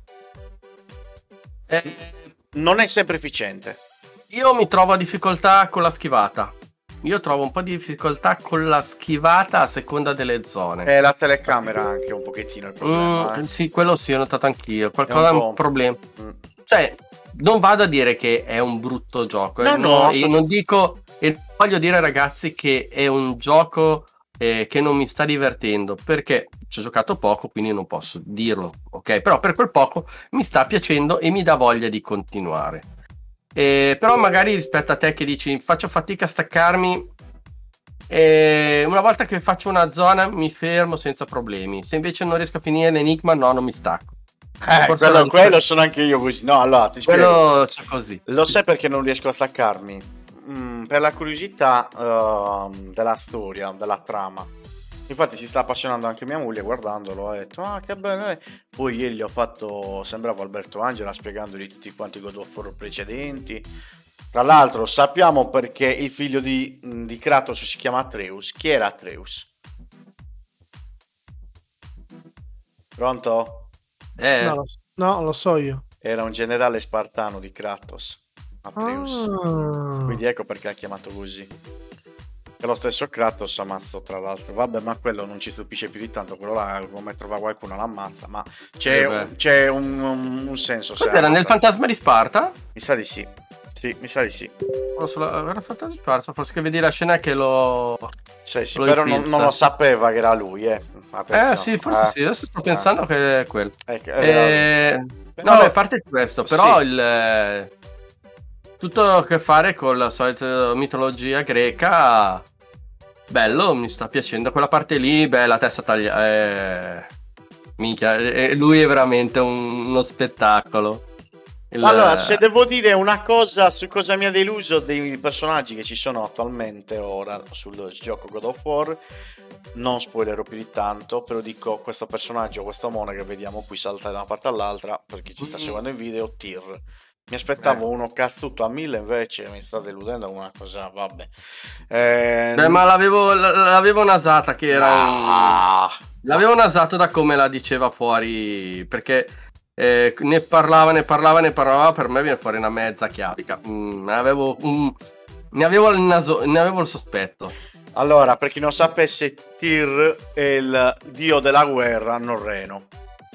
Non è sempre efficiente. Io mi trovo a difficoltà con la schivata. Io trovo un po' di difficoltà con la schivata a seconda delle zone. La telecamera anche un pochettino il problema. Sì, quello sì, ho notato anch'io. Qualcosa è un problema. Cioè, non vado a dire che è un brutto gioco. Non dico, e voglio dire, ragazzi, che è un gioco che non mi sta divertendo, perché ci ho giocato poco, quindi non posso dirlo, ok? Però per quel poco mi sta piacendo e mi dà voglia di continuare. Però magari rispetto a te che dici faccio fatica a staccarmi, una volta che faccio una zona mi fermo senza problemi. Se invece non riesco a finire l'enigma, non mi stacco. Quello sono anche io così. No, allora ti spiego. Quello c'è così. Lo sai perché non riesco a staccarmi? Per la curiosità della storia, della trama. Infatti si sta appassionando anche mia moglie guardandolo, ha detto che bello. Poi ieri gli ho fatto, sembrava Alberto Angela spiegandogli tutti quanti God of War precedenti. Tra l'altro sappiamo perché il figlio di Kratos si chiama Atreus. Chi era Atreus? Pronto? No, lo so io. Era un generale spartano di Kratos, Atreus. Quindi ecco perché ha chiamato così. E lo stesso Kratos ammazzò, tra l'altro. Vabbè, ma quello non ci stupisce più di tanto. Quello là, come trova qualcuno l'ammazza. Ma c'è un senso. Cos'era nel Fantasma di Sparta? Mi sa di sì. Sì, mi sa di sì. Era Fantasma di Sparta. Forse che vedi la scena che lo. Sì, però non lo sapeva che era lui. Sì, forse sì. Adesso sto pensando che è quello. Però... No, a parte questo, però sì. Tutto a che fare con la solita mitologia greca. Bello, mi sta piacendo quella parte lì. Beh, la testa tagliata. Minchia, lui è veramente uno spettacolo. Allora, se devo dire una cosa su cosa mi ha deluso dei personaggi che ci sono attualmente ora sul gioco God of War, non spoilerò più di tanto, però dico questo personaggio, questo Mona che vediamo qui saltare da una parte all'altra, per chi ci sta seguendo il video, Tyr. Mi aspettavo uno cazzuto a 1000, invece mi sta deludendo una cosa, vabbè. Ma l'avevo nasata che era... L'avevo nasato da come la diceva fuori, perché ne parlava, per me viene fuori una mezza chiavica. Ne avevo il sospetto. Allora, per chi non sapesse, Tyr è il dio della guerra norreno.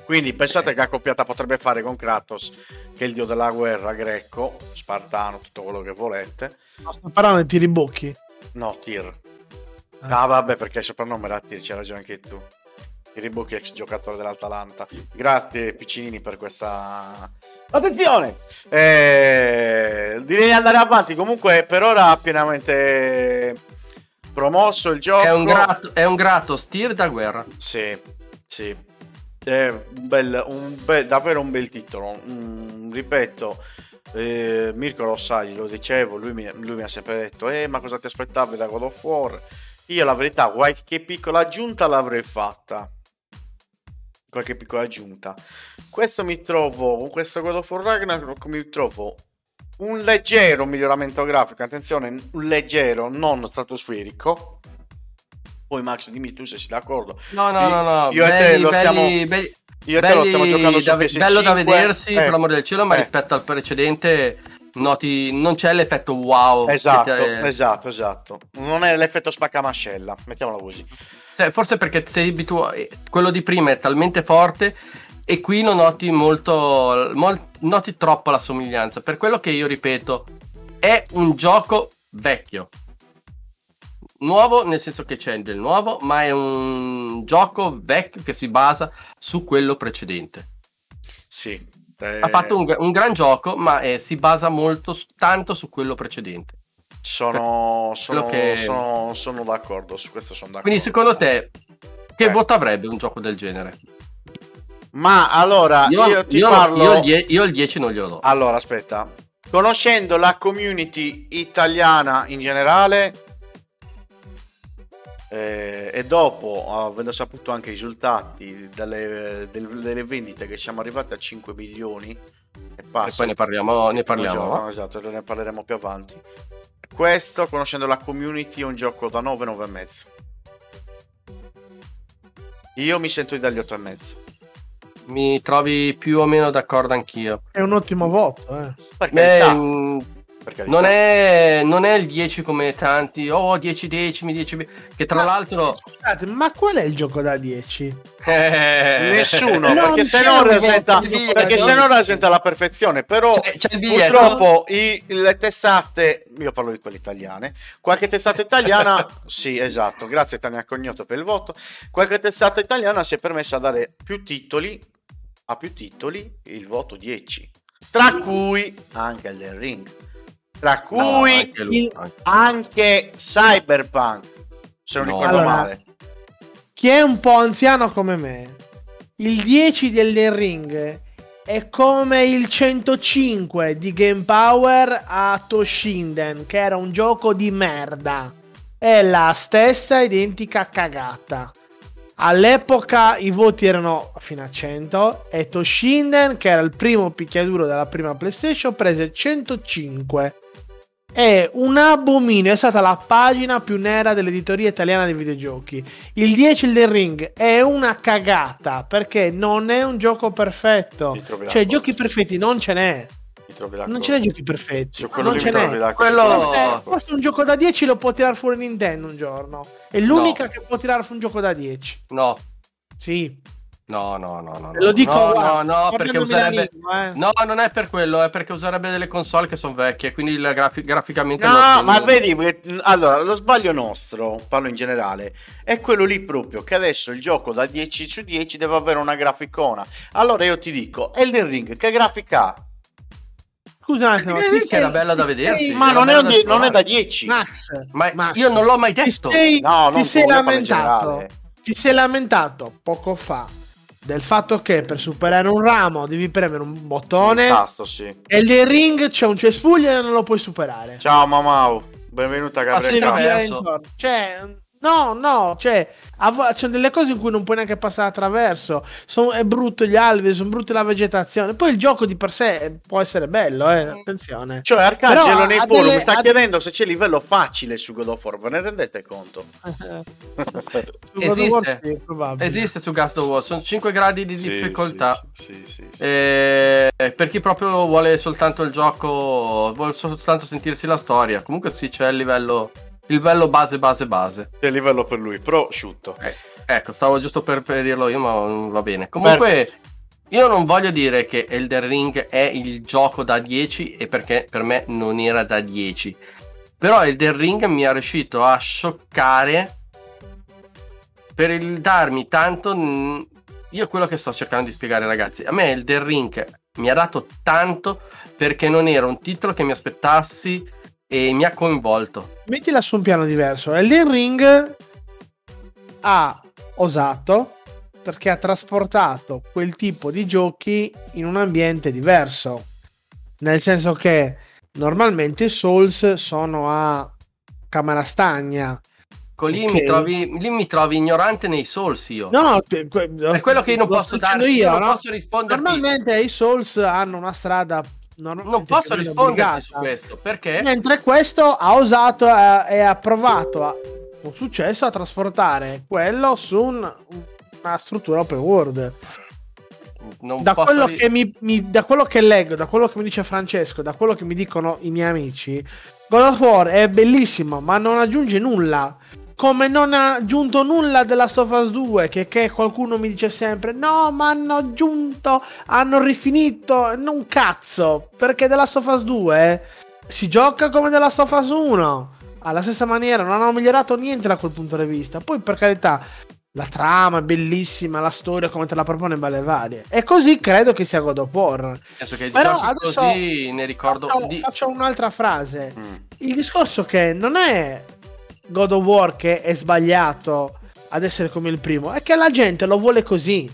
Quindi pensate che accoppiata potrebbe fare con Kratos, che è il dio della guerra greco, spartano, tutto quello che volete. Ma sto parlando di tiribocchi. No, Tyr. Ah, vabbè, perché il soprannome era Tyr, c'hai ragione anche tu. Tiribocchi, ex giocatore dell'Atalanta. Grazie Piccinini per questa... Attenzione! Direi di andare avanti. Comunque per ora pienamente promosso il gioco. È un grato Tyr da guerra. Sì, sì. È davvero un bel titolo. Ripeto, Mirko lo sa, glielo dicevo, lui mi ha sempre detto ma cosa ti aspettavi da God of War? Io la verità, qualche piccola aggiunta l'avrei fatta, qualche piccola aggiunta. Questo God of War Ragnarok mi trovo un leggero miglioramento grafico, attenzione, un leggero, non stratosferico. Poi Max, dimmi tu se sei d'accordo. No. Io e te lo stiamo giocando su PS5. Bello da vedersi, per l'amore del cielo, ma rispetto al precedente noti non c'è l'effetto wow. Esatto. Non è l'effetto spaccamascella, mettiamola così. Forse perché sei abituato, quello di prima è talmente forte e qui non noti noti troppo la somiglianza. Per quello che io ripeto, è un gioco vecchio. Nuovo nel senso che c'è del nuovo, ma è un gioco vecchio che si basa su quello precedente. Sì. Ha fatto un gran gioco, ma si basa tanto su quello precedente. Sono d'accordo, su questo sono d'accordo. Quindi secondo te che voto avrebbe un gioco del genere? Ma allora io il 10 non glielo do. Allora aspetta, conoscendo la community italiana in generale e dopo avendo saputo anche i risultati delle vendite, che siamo arrivati a 5 milioni e poi ne parliamo. Esatto, ne parleremo più avanti. Questo, conoscendo la community, è un gioco da 9,5. Io mi sento di dargli 8,5. Mi trovi più o meno d'accordo anch'io. È un ottimo voto, Non è il 10 come tanti 10 decimi, che tra l'altro scusate, ma qual è il gioco da 10? Nessuno, perché se non rasenta la perfezione. Però c'è il biglietto. Purtroppo le testate, io parlo di quelle italiane, qualche testata italiana sì, esatto, grazie Tania Cognoto per il voto, qualche testata italiana si è permessa a dare più titoli il voto 10, tra cui anche Elden Ring, tra cui anche Cyberpunk, se non ricordo male. Chi è un po' anziano come me, il 10 di Elden Ring è come il 105 di Game Power a Toshinden, che era un gioco di merda. È la stessa identica cagata. All'epoca i voti erano fino a 100 e Toshinden, che era il primo picchiaduro della prima PlayStation, prese 105. È un abominio, è stata la pagina più nera dell'editoria italiana dei videogiochi. Il 10 del Ring è una cagata perché non è un gioco perfetto. Cioè, giochi perfetti non ce n'è. Non ce n'è giochi perfetti. Non ce n'è. Forse un gioco da 10 lo può tirare fuori Nintendo un giorno. È l'unica che può tirare fuori un gioco da 10. No. Sì. No. Lo dico perché userebbe no, non è per quello, è perché userebbe delle console che sono vecchie, quindi graficamente ma vedi, allora lo sbaglio nostro, parlo in generale, è quello lì proprio, che adesso il gioco da 10 su 10 deve avere una graficona. Allora io ti dico, Elden Ring che grafica ha? Scusate, che era bella da vedersi, ma non è da 10. Max, io non l'ho mai detto. Ti sei lamentato poco fa del fatto che per superare un ramo devi premere un bottone, un tasto, sì. E il ring c'è un cespuglio e non lo puoi superare. Ciao Mamau, benvenuta Gabriele. Cioè c'è delle cose in cui non puoi neanche passare attraverso. È brutto gli alberi, sono brutte la vegetazione. Poi il gioco di per sé può essere bello, attenzione. Cioè Arcangelo nei forum sta chiedendo se c'è livello facile su God of War, ve ne rendete conto? Esiste su God of War, sono 5 gradi di difficoltà. Sì. Per chi proprio vuole soltanto il gioco, vuole soltanto sentirsi la storia. Comunque sì, c'è il livello base. C'è il livello per lui, prosciutto. Ecco, stavo giusto per dirlo io, ma va bene. Comunque io non voglio dire che Elden Ring è il gioco da 10, e perché per me non era da 10. Però Elden Ring mi è riuscito a scioccare per il darmi tanto. Io quello che sto cercando di spiegare, ragazzi, a me Elden Ring mi ha dato tanto perché non era un titolo che mi aspettassi e mi ha coinvolto. Mettila su un piano diverso. Elden Ring ha osato perché ha trasportato quel tipo di giochi in un ambiente diverso, nel senso che normalmente i Souls sono a camera stagna. Lì Okay. mi trovi ignorante nei Souls io. No, È quello che io non posso dare, io non posso risponderti. Normalmente i Souls hanno una strada Non posso risponderti su questo, perché? Mentre questo ha osato e ha provato con successo a trasportare quello su una struttura open world. Da quello che leggo, da quello che mi dice Francesco, da quello che mi dicono i miei amici, God of War è bellissimo, ma non aggiunge nulla. Come non ha aggiunto nulla della Last of Us 2, che qualcuno mi dice sempre no, ma hanno aggiunto, hanno rifinito, non cazzo, perché The Last of Us 2 si gioca come The Last of Us 1 alla stessa maniera, non hanno migliorato niente da quel punto di vista. Poi, per carità, la trama è bellissima, la storia come te la propone belle varie, e così credo che sia God of War. Penso che Però giochi adesso così ne ricordo faccio un'altra frase. Il discorso che non è God of War che è sbagliato ad essere come il primo, è che la gente lo vuole così,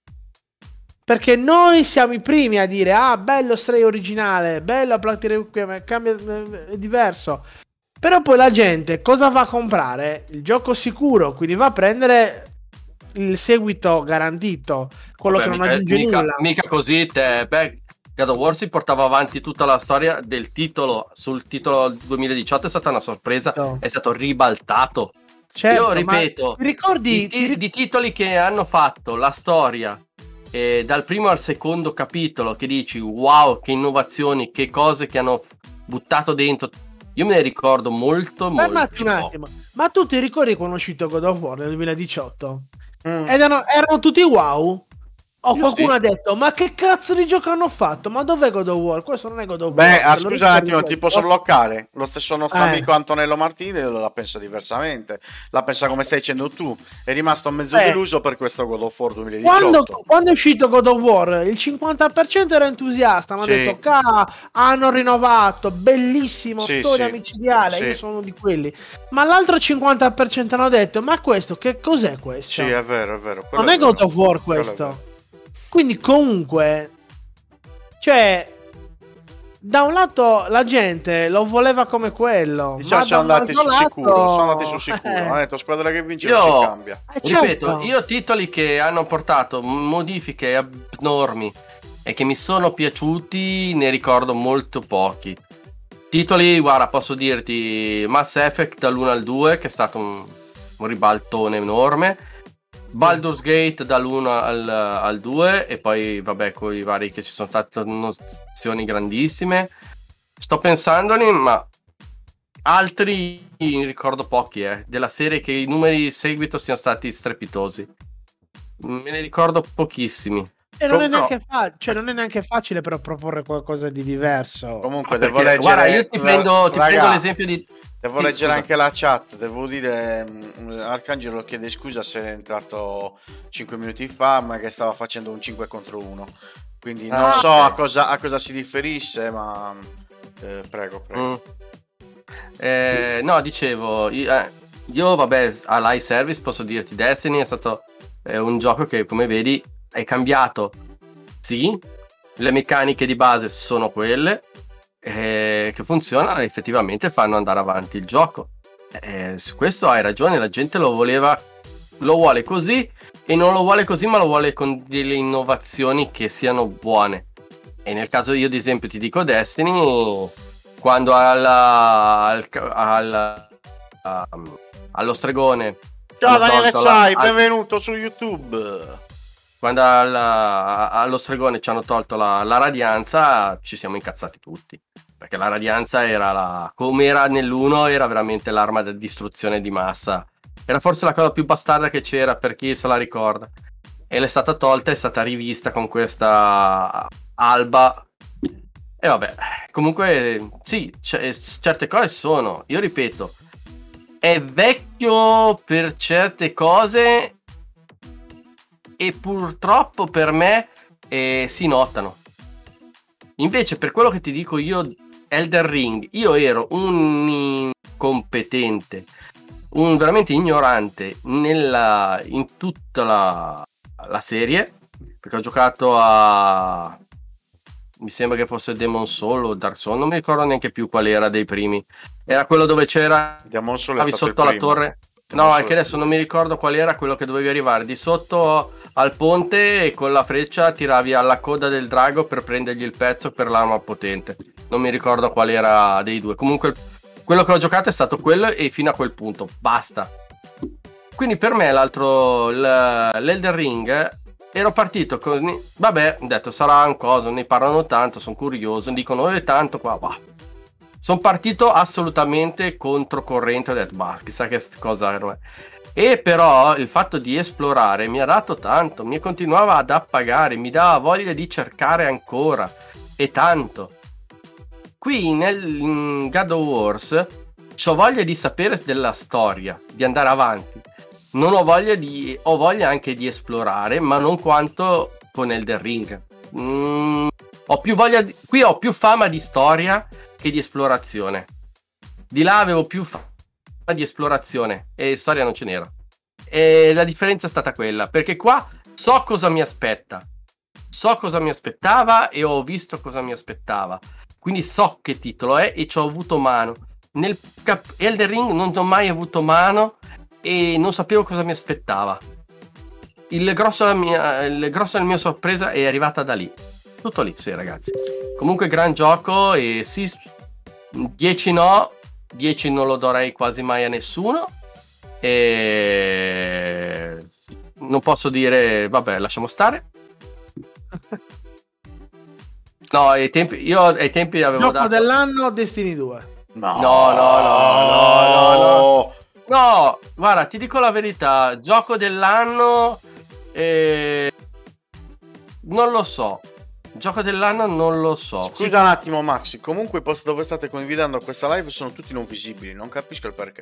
perché noi siamo i primi a dire bello Stray originale, bello Plague Requiem, cambia, è diverso. Però poi la gente cosa va a comprare? Il gioco sicuro, quindi va a prendere il seguito garantito, quello che non aggiunge nulla. Mica così, God of War si portava avanti tutta la storia del titolo. Sul titolo 2018 è stata una sorpresa, è stato ribaltato. Certo, io ripeto, ti ricordi di titoli che hanno fatto la storia dal primo al secondo capitolo, che dici wow, che innovazioni, che cose che hanno buttato dentro. Io me ne ricordo molto. Fermati un attimo, ma tu ti ricordi quando è uscito God of War nel 2018? Ed erano tutti wow? O qualcuno ha detto ma che cazzo di gioco hanno fatto? Ma dov'è God of War? Questo non è God of War. Scusa un attimo, ti posso bloccare? Lo stesso nostro amico Antonello Martini la pensa diversamente, la pensa come stai dicendo tu. È rimasto mezzo deluso per questo God of War 2018. Quando è uscito God of War il 50% era entusiasta, hanno detto hanno rinnovato, bellissimo, storia micidiale, io sono di quelli. Ma l'altro 50% hanno detto ma questo che cos'è questo? Sì, è vero. Non è God of War questo. Quindi comunque, cioè, da un lato la gente lo voleva come quello, diciamo, ma sono andati su sicuro, hanno detto squadra che vince non si cambia. Ripeto, io titoli che hanno portato modifiche abnormi e che mi sono piaciuti ne ricordo molto pochi. Titoli, guarda, posso dirti Mass Effect dall'1 al 2, che è stato un ribaltone enorme. Baldur's Gate dall'1 al 2, e poi vabbè con i vari che ci sono state nozioni grandissime. Sto pensandone, ma altri ricordo pochi della serie che i numeri seguito siano stati strepitosi. Me ne ricordo pochissimi. E non è neanche facile però proporre qualcosa di diverso. Comunque devo leggere. Guarda, io ti prendo l'esempio di. Devo leggere anche la chat. Devo dire, Arcangelo chiede scusa se è entrato 5 minuti fa, ma che stava facendo un 5 contro 1. Quindi non so a cosa si riferisse, ma prego. No, dicevo, io vabbè, a live service posso dirti, Destiny è stato un gioco che, come vedi, è cambiato. Sì, le meccaniche di base sono quelle che funzionano, effettivamente fanno andare avanti il gioco. Su questo hai ragione, la gente lo vuole così, e non lo vuole così, ma lo vuole con delle innovazioni che siano buone. E nel caso io, ad esempio, ti dico Destiny, quando allo stregone. Ciao Daniele Sai, benvenuto su YouTube. Quando allo stregone ci hanno tolto la radianza, ci siamo incazzati tutti, perché la radianza era come era nell'1, era veramente l'arma da distruzione di massa. Era forse la cosa più bastarda che c'era, per chi se la ricorda. e l'è stata tolta, è stata rivista con questa alba. E vabbè, comunque sì, certe cose sono, io ripeto, è vecchio per certe cose e purtroppo per me si notano. Invece per quello che ti dico io, Elden Ring, io ero un incompetente, un veramente ignorante in tutta la serie, perché ho giocato a... mi sembra che fosse Demon Soul o Dark Souls, non mi ricordo neanche più qual era dei primi. Era quello dove c'era Demon Soul è stato sotto la torre. No, anche adesso non mi ricordo qual era quello che dovevi arrivare di sotto al ponte e con la freccia tiravi alla coda del drago per prendergli il pezzo per l'arma potente. Non mi ricordo qual era dei due. Comunque quello che ho giocato è stato quello e fino a quel punto, basta. Quindi per me l'Elden Ring ero partito con... vabbè, ho detto sarà un coso, ne parlano tanto, sono curioso, dicono tanto qua, bah. Sono partito assolutamente controcorrente, ho detto bah, chissà che cosa è. E però il fatto di esplorare mi ha dato tanto, mi continuava ad appagare, mi dava voglia di cercare ancora e tanto. Qui in God of Wars ho voglia di sapere della storia, di andare avanti. Non ho voglia ho voglia anche di esplorare, ma non quanto con Elden Ring. Ho più voglia qui ho più fama di storia che di esplorazione. Di là avevo più fama di esplorazione e storia non ce n'era. E la differenza è stata quella, perché qua so cosa mi aspetta. So cosa mi aspettava e ho visto cosa mi aspettava. Quindi so che titolo è e ci ho avuto mano. Nel Elden Ring non ho mai avuto mano e non sapevo cosa mi aspettava. Il grosso della mia sorpresa è arrivata da lì. Tutto lì, sì ragazzi. Comunque gran gioco e sì, 10 no, 10 non lo darei quasi mai a nessuno e non posso dire vabbè, lasciamo stare. No, io ai tempi avevo gioco dato dell'anno Destiny 2. No, guarda, ti dico la verità, gioco dell'anno non lo so. Gioco dell'anno non lo so. Scusa un attimo Maxi, comunque i post dove state condividendo questa live sono tutti non visibili, non capisco il perché.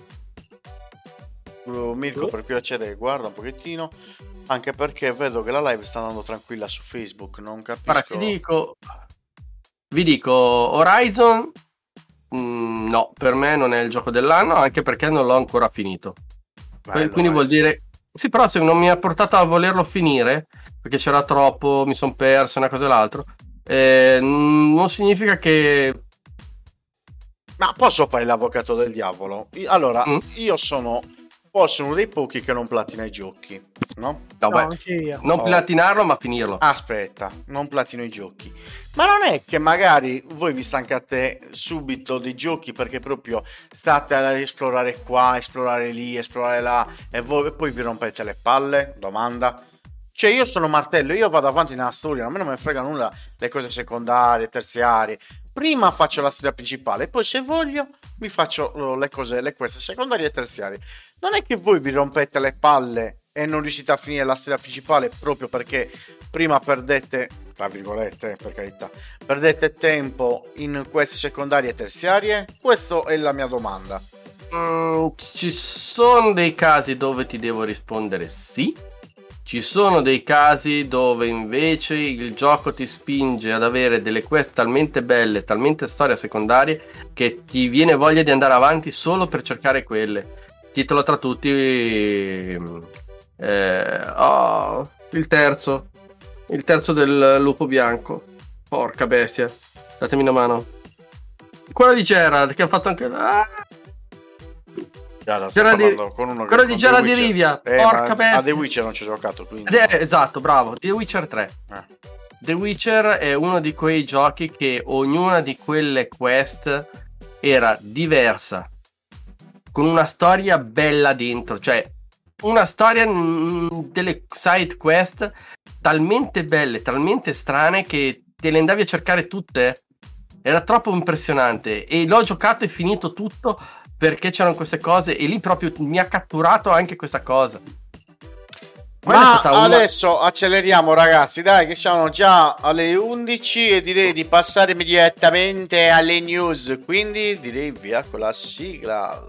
Mirko, per piacere guarda un pochettino, anche perché vedo che la live sta andando tranquilla su Facebook, non capisco. Guarda, vi dico Horizon no, per me non è il gioco dell'anno, anche perché non l'ho ancora finito. Bello, quindi vuol dire sì, però se non mi ha portato a volerlo finire perché c'era troppo, mi sono perso una cosa e l'altro, non significa che... Ma posso fare l'avvocato del diavolo? Allora, io sono forse uno dei pochi che non platina i giochi, no? Vabbè, No, anche io. non platinarlo ma finirlo. Aspetta, non platino i giochi. Ma non è che magari voi vi stancate subito dei giochi perché proprio state ad esplorare qua, esplorare lì, esplorare là e poi vi rompete le palle? Domanda. Cioè io sono martello, io vado avanti nella storia, a me non me frega nulla le cose secondarie, terziarie. Prima faccio la storia principale e poi se voglio mi faccio le queste secondarie e terziarie. Non è che voi vi rompete le palle e non riuscite a finire la storia principale proprio perché prima perdete, tra virgolette, per carità, perdete tempo in queste secondarie e terziarie? Questa è la mia domanda. Ci sono dei casi dove ti devo rispondere sì. Ci sono dei casi dove invece il gioco ti spinge ad avere delle quest talmente belle, talmente storie secondarie che ti viene voglia di andare avanti solo per cercare quelle. Titolo tra tutti il terzo del lupo bianco. Porca bestia, datemi una mano. Quello di Gerard che ha fatto anche quello di Gerard di Rivia. Porca bestia. A The Witcher non ci ho giocato, quindi esatto, bravo. The Witcher 3. The Witcher è uno di quei giochi che ognuna di quelle quest era diversa, con una storia bella dentro, cioè una storia delle side quest talmente belle, talmente strane che te le andavi a cercare tutte. Era troppo impressionante e l'ho giocato e finito tutto perché c'erano queste cose e lì proprio mi ha catturato anche questa cosa. Quella è Ma stata una- adesso acceleriamo, ragazzi, dai, che siamo già alle 11 e direi di passare immediatamente alle news. Quindi direi via con la sigla.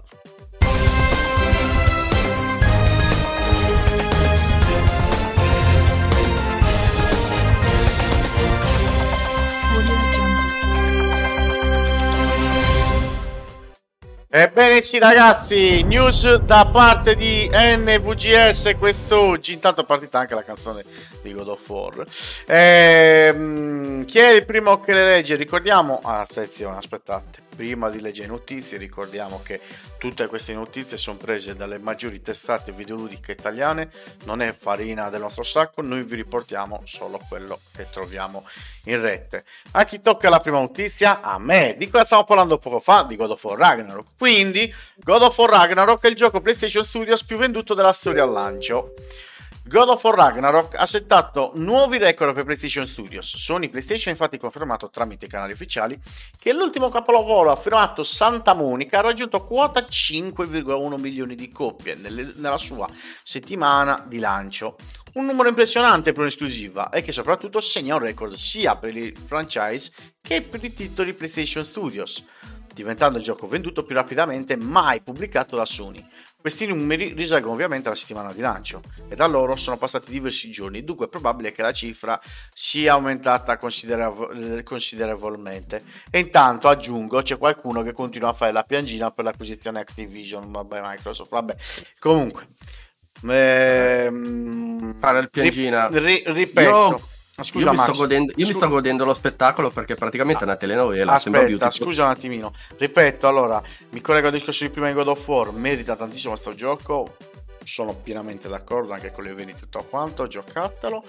Ebbene sì, ragazzi, news da parte di NVGS quest'oggi. Intanto è partita anche la canzone di God of War. Chi è il primo che le legge? Ricordiamo, attenzione, aspettate, prima di leggere notizie, ricordiamo che tutte queste notizie sono prese dalle maggiori testate videoludiche italiane, non è farina del nostro sacco, noi vi riportiamo solo quello che troviamo in rete. A chi tocca la prima notizia? A me. Di cosa stiamo parlando poco fa? Di God of War Ragnarok. Quindi God of War Ragnarok è il gioco PlayStation Studios più venduto della storia al lancio. God of War Ragnarok ha settato nuovi record per PlayStation Studios. Sony PlayStation infatti ha confermato tramite i canali ufficiali che l'ultimo capolavoro firmato Santa Monica ha raggiunto quota 5,1 milioni di copie nella sua settimana di lancio. Un numero impressionante per un'esclusiva e che soprattutto segna un record sia per il franchise che per i titoli PlayStation Studios, diventando il gioco venduto più rapidamente mai pubblicato da Sony. Questi numeri risalgono ovviamente alla settimana di lancio e da loro sono passati diversi giorni, dunque è probabile che la cifra sia aumentata considerevolmente. E intanto aggiungo, c'è qualcuno che continua a fare la piangina per l'acquisizione Activision, vabbè, Microsoft, vabbè, comunque fare il piangina. Ripeto. Scusa, mi sto godendo lo spettacolo perché praticamente è una telenovela. Aspetta, scusa un attimino. Ripeto, allora, mi collego al discorso di prima di God of War. Merita tantissimo questo gioco. Sono pienamente d'accordo anche con le vendite e tutto quanto. Giocatelo.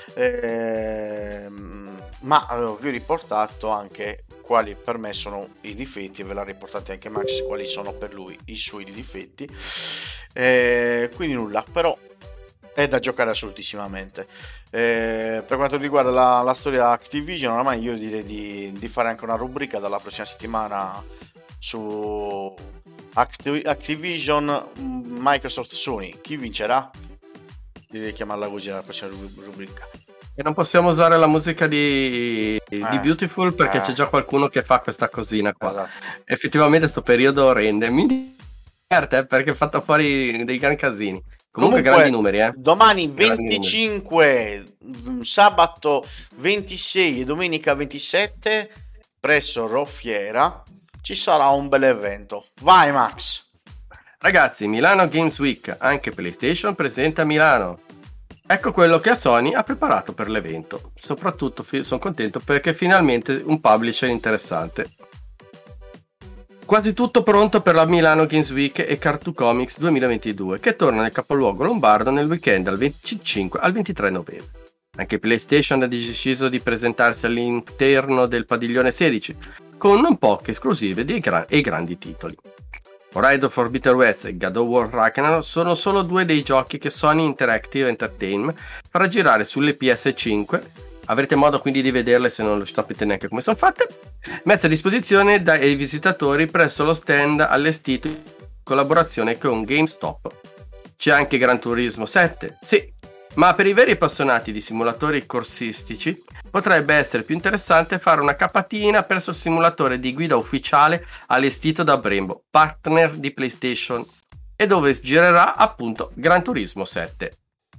Ma vi ho riportato anche quali per me sono i difetti. Ve l'ha riportati anche Max. Quali sono per lui i suoi difetti. Quindi nulla, però è da giocare assolutissimamente. Per quanto riguarda la storia Activision, ormai io direi di fare anche una rubrica dalla prossima settimana su Activision, Microsoft, Sony. Chi vincerà? Direi di chiamarla così la prossima rubrica. E non possiamo usare la musica di Beautiful perché c'è già qualcuno che fa questa cosina qua. Esatto. Effettivamente sto periodo mi diverte perché ho fatto fuori dei gran casini. Comunque grandi numeri, domani 25, sabato 26 e domenica 27 presso Roffiera ci sarà un bel evento. Vai Max! Ragazzi, Milano Games Week, anche PlayStation presente a Milano. Ecco quello che Sony ha preparato per l'evento. Soprattutto sono contento perché finalmente un publisher interessante. Quasi tutto pronto per la Milano Games Week e Cartoon Comics 2022 che torna nel capoluogo lombardo nel weekend dal 25 al 23 novembre. Anche PlayStation ha deciso di presentarsi all'interno del padiglione 16 con non poche esclusive e grandi titoli. Horizon Forbidden West e God of War Ragnarok sono solo due dei giochi che Sony Interactive Entertainment farà girare sulle PS5. Avrete modo quindi di vederle se non lo sapete neanche come sono fatte, messe a disposizione dai visitatori presso lo stand allestito in collaborazione con GameStop. C'è anche Gran Turismo 7, sì, ma per i veri appassionati di simulatori corsistici potrebbe essere più interessante fare una capatina presso il simulatore di guida ufficiale allestito da Brembo, partner di PlayStation, e dove girerà appunto Gran Turismo 7.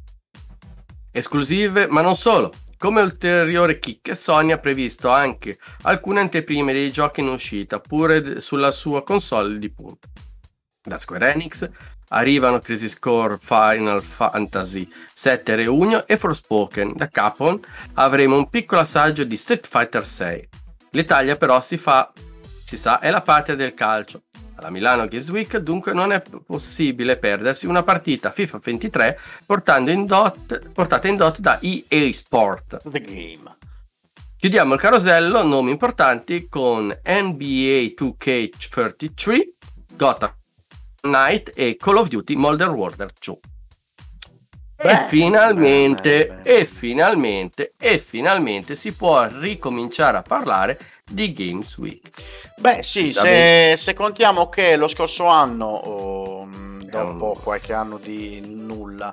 Esclusive, ma non solo. Come ulteriore kick, Sony ha previsto anche alcune anteprime dei giochi in uscita, pure sulla sua console di punta. Da Square Enix arrivano Crisis Core, Final Fantasy VII Reunion e Forspoken. Da Capcom avremo un piccolo assaggio di Street Fighter 6. L'Italia però si sa, è la patria del calcio. Alla Milano Games Week dunque non è possibile perdersi una partita FIFA 23 portata in dot da EA Sport. The game. Chiudiamo il carosello nomi importanti con NBA 2K33, Gotham Knight e Call of Duty Modern Warfare 2. E finalmente si può ricominciare a parlare di Games Week. Beh sì, se contiamo che lo scorso anno, dopo qualche anno di nulla,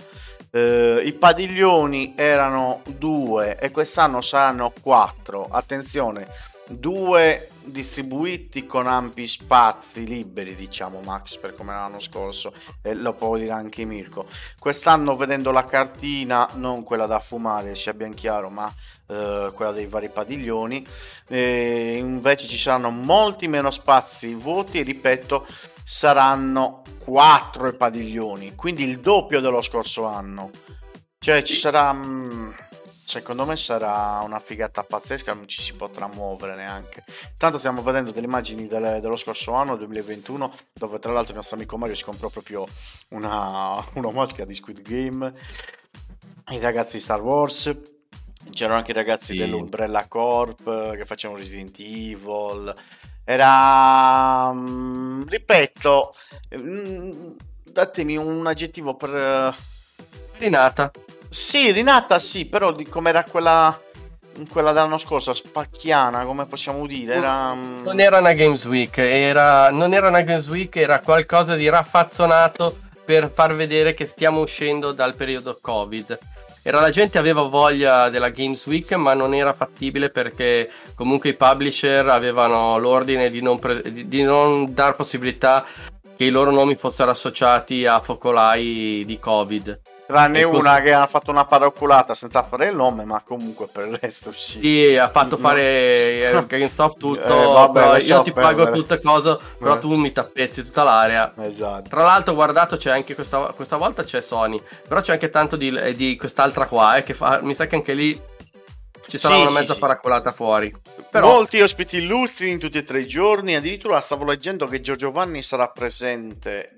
I padiglioni erano 2 e quest'anno saranno 4. Attenzione, 2 distribuiti con ampi spazi liberi, diciamo, Max, per come l'anno scorso, e lo può dire anche Mirko. Quest'anno, vedendo la cartina, non quella da fumare, sia ben chiaro, ma quella dei vari padiglioni, invece ci saranno molti meno spazi vuoti, e ripeto, saranno 4 i padiglioni, quindi il doppio dello scorso anno. Cioè ci sarà, secondo me sarà una figata pazzesca, non ci si potrà muovere neanche. Tanto stiamo vedendo delle immagini dello scorso anno, 2021, dove tra l'altro il nostro amico Mario si comprò proprio una maschera di Squid Game, i ragazzi di Star Wars, c'erano anche i ragazzi dell'Umbrella Corp che facevano Resident Evil. Era, ripeto, datemi un aggettivo per... Rinata. Sì, rinata sì, però di come era quella dell'anno scorso, spacchiana, come possiamo dire, era... Non era una Games Week, non era una Games Week, era qualcosa di raffazzonato per far vedere che stiamo uscendo dal periodo Covid. La gente aveva voglia della Games Week, ma non era fattibile perché comunque i publisher avevano l'ordine di non dar possibilità che i loro nomi fossero associati a focolai di Covid. Tranne una che ha fatto una paraculata senza fare il nome, ma comunque per il resto sì. Sì, ha fatto fare GameStop tutto, vabbè, però so, io ti pago tutte cose, però tu mi tappezzi tutta l'area. Esatto. Tra l'altro, guardato, c'è anche questa volta c'è Sony, però c'è anche tanto di quest'altra qua, che mi sa che anche lì ci sarà una mezza paraculata fuori. Però... Molti ospiti illustri in tutti e 3 i giorni, addirittura stavo leggendo che Giorgio Vanni sarà presente,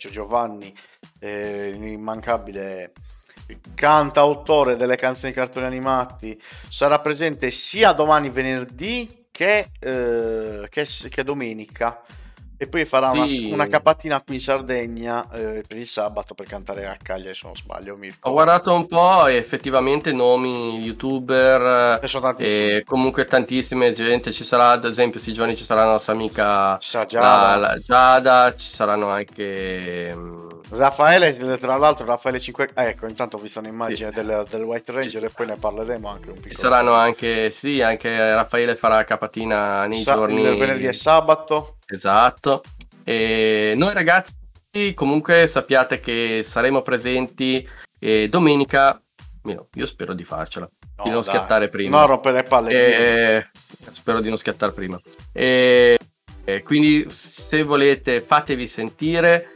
l'immancabile cantautore delle canzoni di cartoni animati, sarà presente sia domani venerdì che domenica, e poi farà una capatina qui in Sardegna per il sabato per cantare a Cagliari, se non sbaglio, Mirko. Ho guardato un po' e effettivamente nomi youtuber e comunque tantissime gente. Ci sarà, ad esempio, questi giorni ci sarà la nostra amica Giada, ci saranno anche Raffaele, tra l'altro Raffaele 5, ecco, intanto ho visto un'immagine del White Ranger e poi ne parleremo anche un piccolo. Ci saranno anche Raffaele farà capatina nei giorni venerdì e sabato. Esatto. E noi ragazzi comunque sappiate che saremo presenti domenica. Io spero di farcela, di non schiattare prima. No, rompere le palle. Spero di non schiattare prima. Quindi se volete fatevi sentire.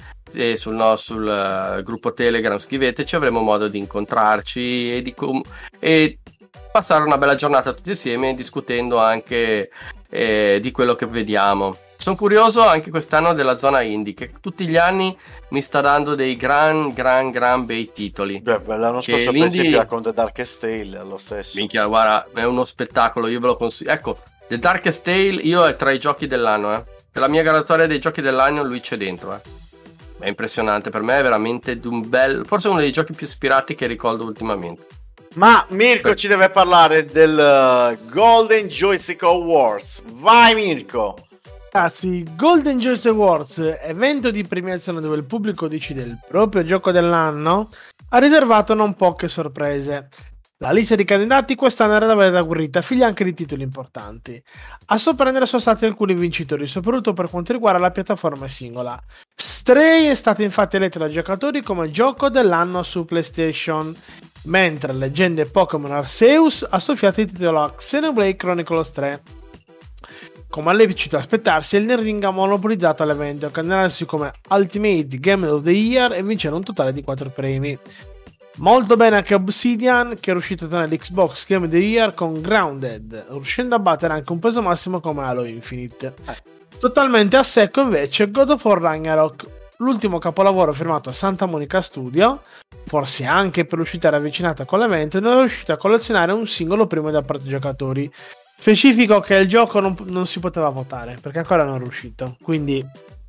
Sul gruppo Telegram scriveteci, avremo modo di incontrarci e passare una bella giornata tutti insieme, discutendo anche di quello che vediamo. Sono curioso anche quest'anno della zona indie, che tutti gli anni mi sta dando dei gran bei titoli. L'anno scorso principio con The Darkest Tale lo stesso. Minchia, guarda, è uno spettacolo, io ve lo consiglio. Ecco, The Darkest Tale io è tra i giochi dell'anno, Per la mia graduatoria dei giochi dell'anno lui c'è dentro, È impressionante, per me è veramente forse uno dei giochi più ispirati che ricordo ultimamente. Ma Mirko ci deve parlare del Golden Joystick Awards. Vai Mirko! Ragazzi, Golden Joystick Awards, evento di premiazione dove il pubblico decide il proprio gioco dell'anno, ha riservato non poche sorprese. La lista di candidati quest'anno era davvero agguerrita, figlia anche di titoli importanti. A sorprendere sono stati alcuni vincitori, soprattutto per quanto riguarda la piattaforma singola. Stray è stato infatti eletto dai giocatori come gioco dell'anno su PlayStation, mentre Leggende Pokémon Arceus ha soffiato il titolo a Xenoblade Chronicles 3. Come è lecito aspettarsi, Elden Ring ha monopolizzato l'evento, candidandosi come Ultimate Game of the Year e vincendo un totale di 4 premi. Molto bene anche Obsidian, che è riuscito a ottenere l'Xbox Game of the Year con Grounded, riuscendo a battere anche un peso massimo come Halo Infinite. Totalmente a secco invece God of War Ragnarok, l'ultimo capolavoro firmato a Santa Monica Studio, forse anche per l'uscita ravvicinata con l'evento, non è riuscito a collezionare un singolo premio da parte dei giocatori. Specifico che il gioco non si poteva votare, perché ancora non è uscito, quindi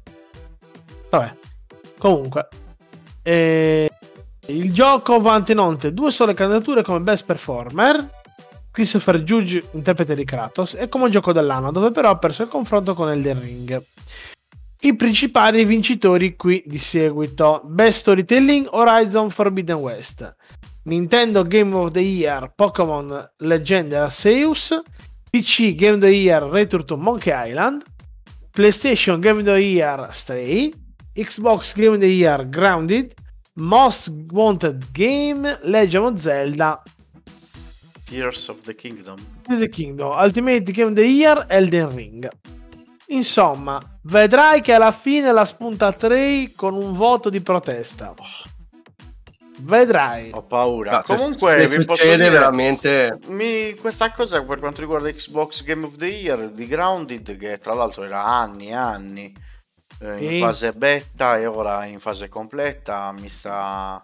vabbè. Comunque il gioco vanta inoltre 2 sole candidature come Best Performer, Christopher Judge, interprete di Kratos, e come gioco dell'anno, dove però ha perso il confronto con Elden Ring. I principali vincitori qui di seguito: Best Storytelling, Horizon Forbidden West, Nintendo Game of the Year Pokémon Legend Arceus, PC Game of the Year Return to Monkey Island, PlayStation Game of the Year Stray, Xbox Game of the Year Grounded, Most Wanted Game Legend of Zelda Tears of the Kingdom, Ultimate Game of the Year Elden Ring. Insomma, vedrai che alla fine la spunta Trey con un voto di protesta. Vedrai. Ho paura. No, Comunque se vi posso succede dire veramente questa cosa per quanto riguarda Xbox Game of the Year di Grounded, che tra l'altro era anni in fase beta e ora in fase completa, mi sta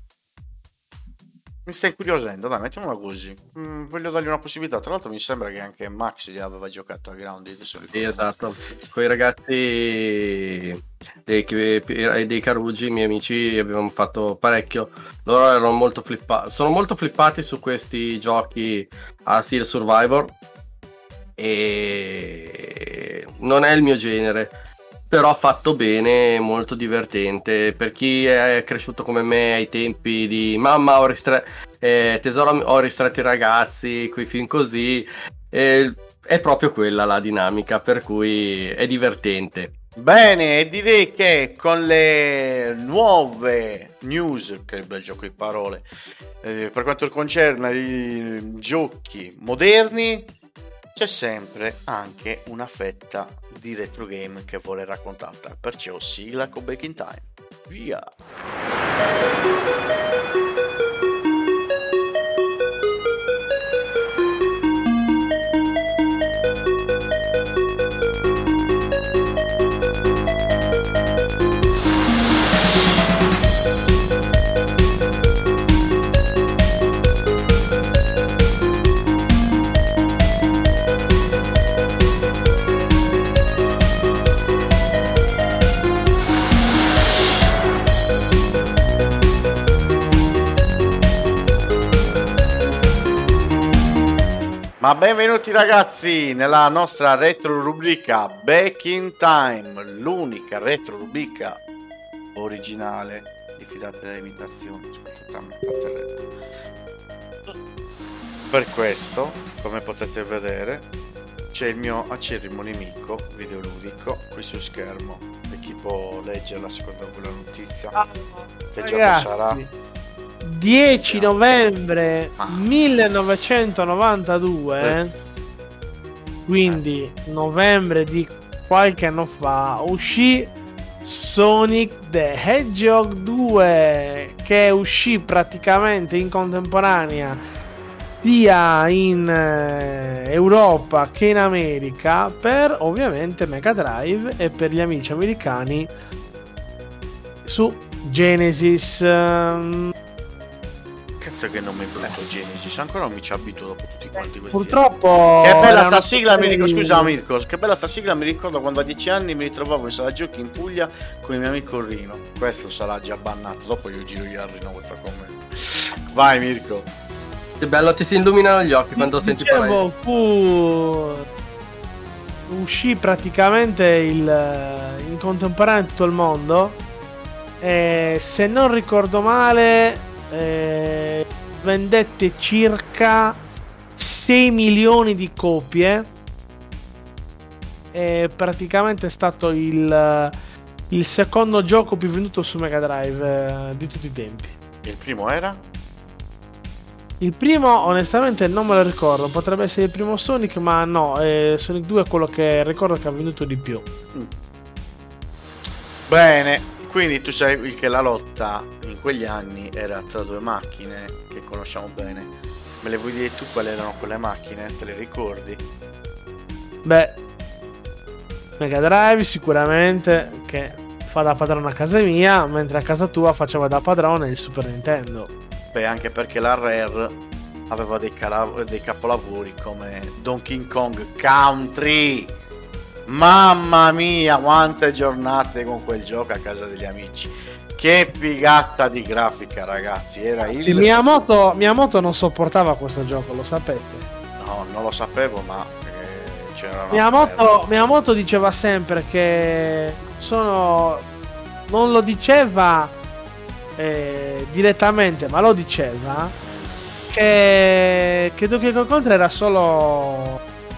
incuriosendo, dai, mettiamola così. Voglio dargli una possibilità. Tra l'altro mi sembra che anche Max gli aveva giocato a Grounded. sì, esatto, con i ragazzi dei Carugi, miei amici, abbiamo fatto parecchio. Loro erano molto sono molto flippati su questi giochi a stile Survivor, e non è il mio genere, però fatto bene, molto divertente. Per chi è cresciuto come me ai tempi di mamma tesoro, ho ristretto i ragazzi, quei film così, è proprio quella la dinamica, per cui è divertente. Bene, direi che con le nuove news, che bel gioco di parole, per quanto concerne i giochi moderni, c'è sempre anche una fetta di retro game che vuole raccontata, perciò sigla con Back in Time. Via! Ma benvenuti ragazzi nella nostra retro rubrica Back in Time, l'unica retro rubrica originale diffidata dalle imitazioni. Per questo, come potete vedere, c'è il mio acerrimo nemico videoludico qui su schermo, e chi può leggerla secondo voi la notizia? Che gioco sarà? 10 novembre 1992, quindi novembre di qualche anno fa, uscì Sonic the Hedgehog 2, che uscì praticamente in contemporanea sia in Europa che in America per ovviamente Mega Drive e per gli amici americani su Genesis. Cazzo che non mi blocco Genesis, ancora non mi ci abituo dopo tutti quanti questi purtroppo anni. Che bella sta sigla, scusa Mirko, che bella sta sigla, mi ricordo quando a 10 anni mi ritrovavo in sala giochi in Puglia con il mio amico Rino. Questo sarà già bannato, dopo io giro io a Rino questo commento. Vai Mirko. Che bello, ti si illuminano gli occhi quando senti parlare. Uscì praticamente in contemporanea in tutto il mondo, se non ricordo male vendette circa 6 milioni di copie, e praticamente è stato il secondo gioco più venduto su Mega Drive di tutti i tempi. Il primo era? Il primo onestamente non me lo ricordo, potrebbe essere il primo Sonic, ma no, Sonic 2 è quello che ricordo che ha venduto di più. Bene, quindi tu sai che la lotta in quegli anni era tra due macchine che conosciamo bene. Me le vuoi dire tu quali erano quelle macchine? Te le ricordi? Beh, Mega Drive sicuramente, che fa da padrone a casa mia, mentre a casa tua faceva da padrone il Super Nintendo. Beh, anche perché la Rare aveva dei capolavori come Donkey Kong Country. Mamma mia, quante giornate con quel gioco a casa degli amici. Che figata di grafica, ragazzi. Era sì, Miyamoto non sopportava questo gioco, lo sapete? No, non lo sapevo, ma c'era Miyamoto diceva sempre che non lo diceva direttamente, ma lo diceva, che Donkey Kong Country era solo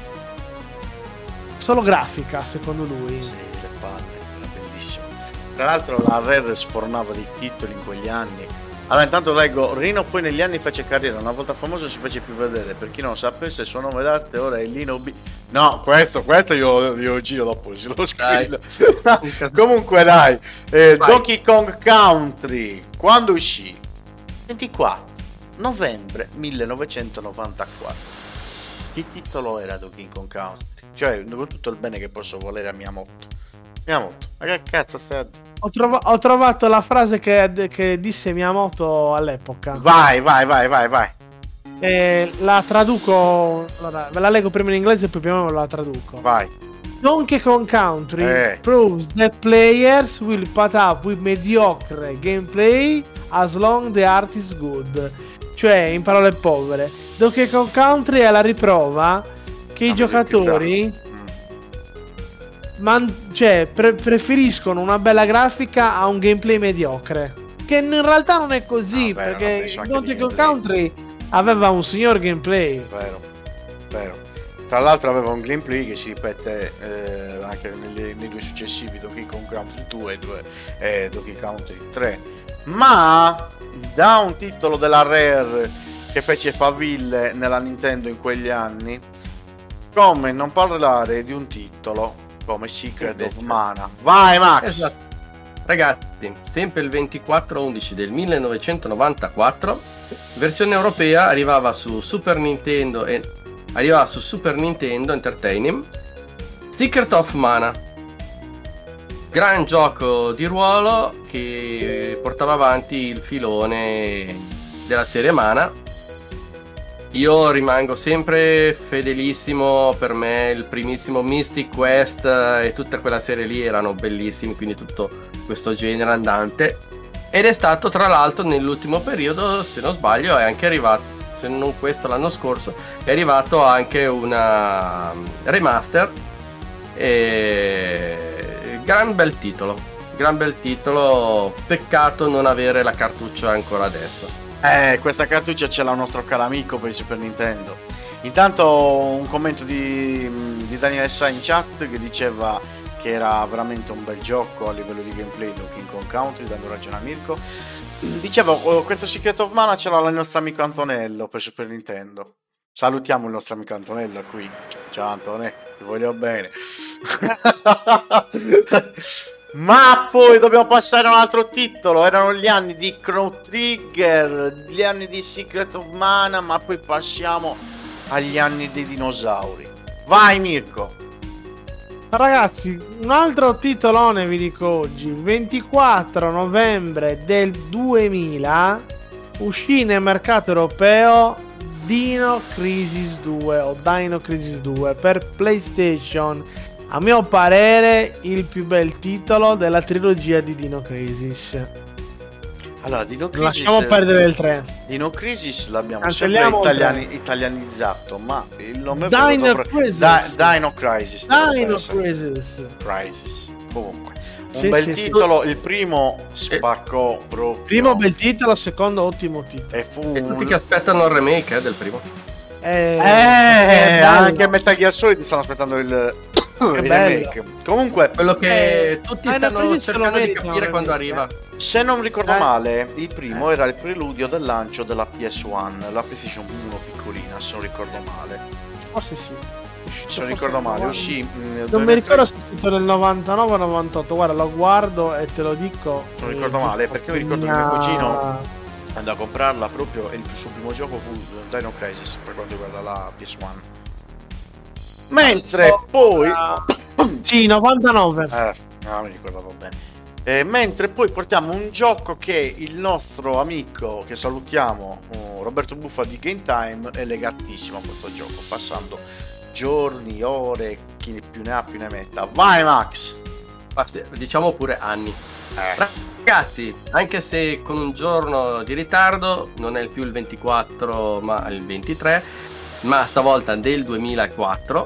grafica, secondo lui. Sì, le palle, era bellissimo. Tra l'altro la Rare sfornava dei titoli in quegli anni. Allora, intanto leggo, Rino poi negli anni fece carriera, una volta famoso si fece più vedere, per chi non sapesse il suo nome d'arte ora è Lino B. No, questo io giro dopo, se lo scrivo. Comunque dai, Donkey Kong Country, quando uscì? 24 novembre 1994. Che titolo era Donkey Kong Country? Cioè, con tutto il bene che posso volere a Miyamoto, ma che cazzo stai a dire? Ho trovato la frase che disse Miyamoto all'epoca. Vai. La traduco, allora, ve la leggo prima in inglese e poi più o meno la traduco. Vai. Donkey Kong Country proves that players will put up with mediocre gameplay as long the art is good. Cioè, in parole povere, Donkey Kong Country è la riprova che i giocatori preferiscono una bella grafica a un gameplay mediocre, che in realtà non è così, perché Donkey Kong Country aveva un signor gameplay. Vero. Tra l'altro aveva un gameplay che si ripete anche nei due successivi, Donkey Kong Country 2 e Donkey Country 3. Ma da un titolo della Rare che fece faville nella Nintendo in quegli anni, come non parlare di un titolo come Secret of Mana. Vai Max! Esatto. Ragazzi, sempre il 24/11 del 1994, versione europea, arrivava su Super Nintendo Entertainment, Secret of Mana, gran gioco di ruolo che portava avanti il filone della serie Mana. Io rimango sempre fedelissimo, per me il primissimo Mystic Quest e tutta quella serie lì erano bellissimi, quindi tutto questo genere andante. Ed è stato tra l'altro nell'ultimo periodo, se non sbaglio, è anche arrivato, se non questo l'anno scorso, è arrivato anche una remaster. E gran bel titolo, peccato non avere la cartuccia ancora adesso. Questa cartuccia ce l'ha un nostro caro amico per il Super Nintendo. Intanto un commento di Daniele Sa in chat che diceva che era veramente un bel gioco a livello di gameplay Donkey Kong Country, dando ragione a Mirko. Dicevo, questo Secret of Mana ce l'ha il nostro amico Antonello per Super Nintendo. Salutiamo il nostro amico Antonello qui. Ciao Antonello, ti voglio bene. Ma poi dobbiamo passare a un altro titolo. Erano gli anni di Chrono Trigger, gli anni di Secret of Mana, ma poi passiamo agli anni dei dinosauri. Vai Mirko. Ragazzi, un altro titolone vi dico oggi. 24 novembre del 2000 uscì nel mercato europeo Dino Crisis 2 o Dino Crisis 2 per PlayStation. A mio parere il più bel titolo della trilogia di Dino Crisis. Allora, Dino Crisis, lasciamo perdere il 3. Dino Crisis l'abbiamo sempre italianizzato, ma il nome Dino Crisis. Comunque, un bel titolo. Il primo spaccò proprio. Primo bel titolo, secondo ottimo titolo. E tutti che aspettano il remake del primo. Anche Metal Gear Solid stanno aspettando il remake. Comunque, quello che tutti stanno cercando di capire quando arriva. Se non ricordo male, il primo era il preludio del lancio della PS1, la PlayStation 1 piccolina, se non ricordo male. Forse sì. Se non ricordo male, uscì. Non mi ricordo se è stato nel 99 o 98. Guarda, lo guardo e te lo dico. Se non ricordo male, perché mi ricordo che mio cugino andò a comprarla proprio e il suo primo gioco fu Dino Crisis per quanto riguarda la PS1. Mentre poi sì, 99. Non mi ricordavo bene. Mentre poi portiamo un gioco che il nostro amico, che salutiamo, Roberto Buffa di Game Time, è legatissimo a questo gioco, passando giorni, ore, chi più ne ha più ne metta. Vai Max! Diciamo pure anni. Ragazzi, anche se con un giorno di ritardo, non è più il 24 ma il 23, ma stavolta del 2004,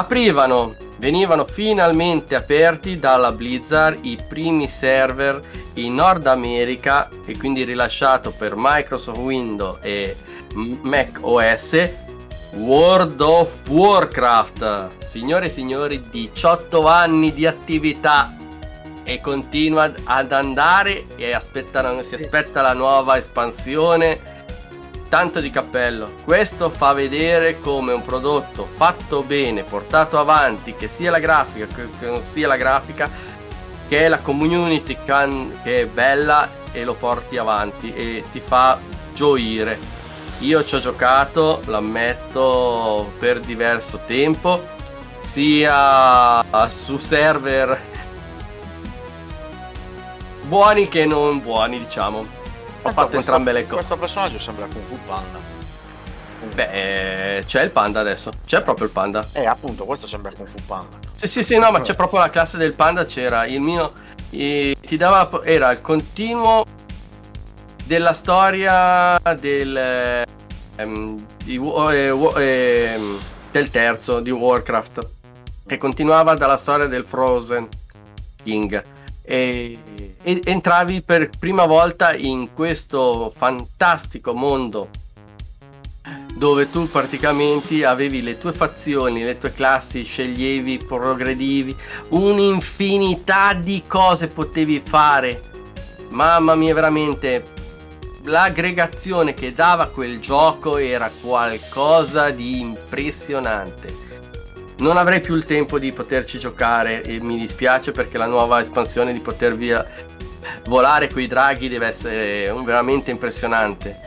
venivano finalmente aperti dalla Blizzard i primi server in Nord America e quindi rilasciato per Microsoft Windows e Mac OS, World of Warcraft. Signore e signori, 18 anni di attività e continua ad andare e si aspetta la nuova espansione. Tanto di cappello. Questo fa vedere come un prodotto fatto bene, portato avanti, che sia la grafica che non sia la grafica, che è la community che è bella e lo porti avanti e ti fa gioire. Io ci ho giocato, l'ammetto, per diverso tempo, sia su server buoni che non buoni, diciamo. Ho fatto entrambe le cose. Questo personaggio sembra Kung Fu Panda. Beh, c'è il panda adesso. C'è proprio il panda. Appunto, questo sembra Kung Fu Panda. Sì, no, ma c'è proprio la classe del panda. C'era il mio. Ti dava. Era il continuo della storia del terzo di Warcraft. Che continuava dalla storia del Frozen King. E entravi per prima volta in questo fantastico mondo dove tu praticamente avevi le tue fazioni, le tue classi, sceglievi, progredivi, un'infinità di cose potevi fare. Mamma mia, veramente l'aggregazione che dava quel gioco era qualcosa di impressionante. Non avrei più il tempo di poterci giocare e mi dispiace, perché la nuova espansione di poter volare coi draghi deve essere veramente impressionante.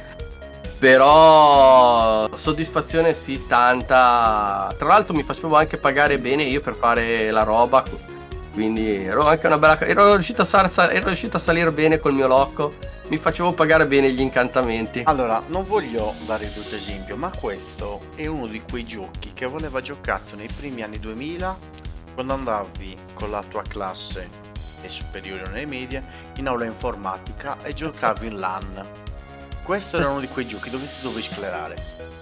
Però soddisfazione sì, tanta. Tra l'altro mi facevo anche pagare bene io per fare la roba, quindi ero anche ero riuscito a salire bene col mio loco. Mi facevo pagare bene gli incantamenti. Allora, non voglio dare il brutto esempio, ma questo è uno di quei giochi che voleva giocato nei primi anni 2000, quando andavi con la tua classe e superiore o nelle medie in aula informatica e giocavi in LAN. Questo era uno di quei giochi dove tu dovevi sclerare.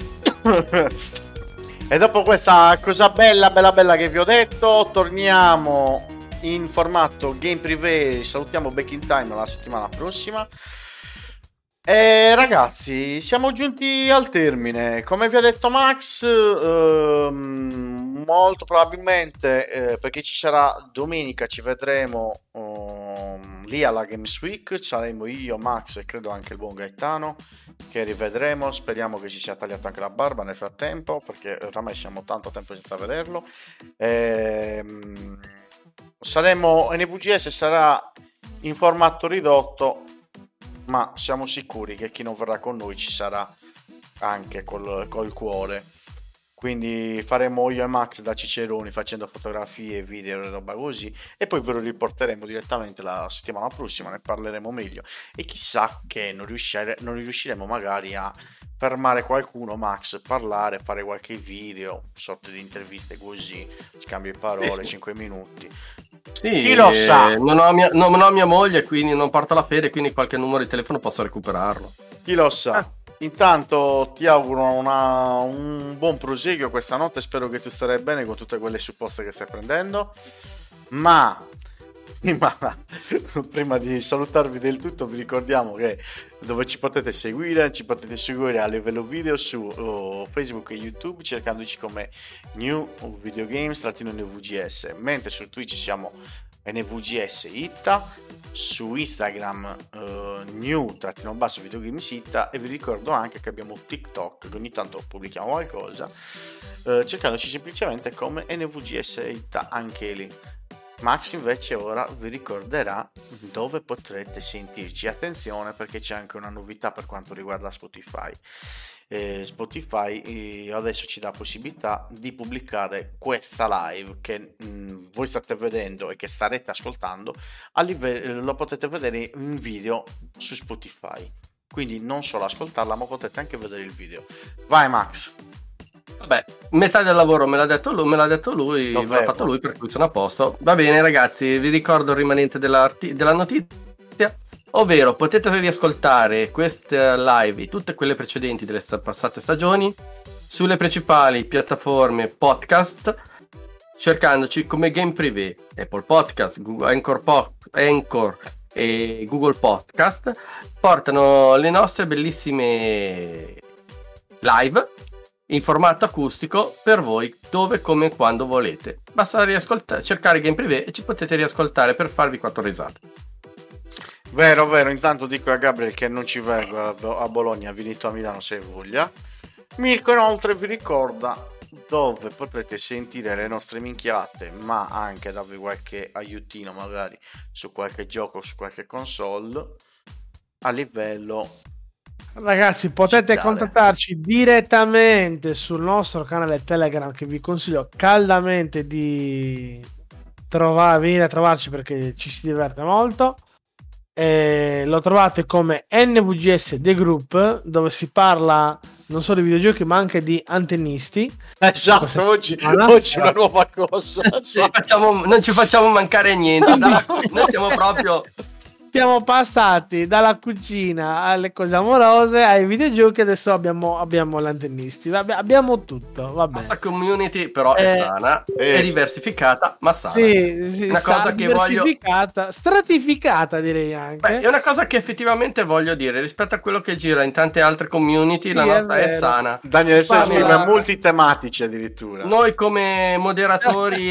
E dopo questa cosa bella che vi ho detto, torniamo in formato game privé. Salutiamo Back in Time la settimana prossima. E ragazzi, siamo giunti al termine. Come vi ha detto Max, molto probabilmente perché ci sarà domenica, ci vedremo lì alla Games Week. Saremo io, Max e credo anche il buon Gaetano, che rivedremo. Speriamo che ci sia tagliato anche la barba nel frattempo, perché oramai siamo tanto tempo senza vederlo. Saremo NVGS, sarà in formato ridotto, ma siamo sicuri che chi non verrà con noi ci sarà anche col cuore. Quindi faremo io e Max da ciceroni facendo fotografie, video e roba così, e poi ve lo riporteremo direttamente la settimana prossima, ne parleremo meglio. E chissà che non riusciremo magari a fermare qualcuno, Max, parlare, fare qualche video, sorte di interviste così, scambio di parole, 5 minuti. Sì, chi lo sa? Non ho mia moglie, quindi non porto la fede, quindi qualche numero di telefono posso recuperarlo. Chi lo sa? Intanto ti auguro un buon proseguio questa notte, spero che tu starai bene con tutte quelle supposte che stai prendendo, ma prima di salutarvi del tutto vi ricordiamo che dove ci potete seguire a livello video su Facebook e YouTube cercandoci come New Video Games _NVGS, mentre su Twitch siamo NVGS Itta, su Instagram New _Video Games Itta, e vi ricordo anche che abbiamo TikTok, che ogni tanto pubblichiamo qualcosa, cercandoci semplicemente come NVGS Itta anche lì. Max invece ora vi ricorderà dove potrete sentirci. Attenzione, perché c'è anche una novità per quanto riguarda Spotify. Spotify adesso ci dà la possibilità di pubblicare questa live che voi state vedendo e che starete ascoltando lo potete vedere in video su Spotify, quindi non solo ascoltarla ma potete anche vedere il video. Vai Max. Vabbè, metà del lavoro me l'ha detto lui, l'ha fatto lui, per cui sono a posto. Va bene ragazzi, vi ricordo il rimanente della notizia, ovvero potete riascoltare queste live e tutte quelle precedenti delle passate stagioni sulle principali piattaforme podcast, cercandoci come Game Privé, Apple Podcast, Google Anchor e Google Podcast portano le nostre bellissime live in formato acustico per voi, dove, come e quando volete. Basta cercare Game Privé e ci potete riascoltare per farvi 4 risate. Vero, intanto dico a Gabriel che non ci vengo a Bologna, venito a Milano se voglia. Mirko inoltre vi ricorda dove potrete sentire le nostre minchiate, ma anche darvi qualche aiutino magari su qualche gioco, su qualche console a livello. Ragazzi, potete digitale. contattarci direttamente sul nostro canale Telegram, che vi consiglio caldamente di venire a trovarci perché ci si diverte molto. Lo trovate come NVGS The Group, dove si parla non solo di videogiochi ma anche di antennisti. Esatto, oggi una nuova cosa. Non ci facciamo mancare niente. Noi siamo proprio... Siamo passati dalla cucina alle cose amorose ai videogiochi, adesso abbiamo l'antennisti, abbiamo tutto, va bene. Questa community però è sana, è diversificata ma sana. Sì, una cosa che voglio... stratificata direi anche. Beh, è una cosa che effettivamente voglio dire, rispetto a quello che gira in tante altre community, la nostra è sana. Daniele scrive multitematici addirittura. Noi come moderatori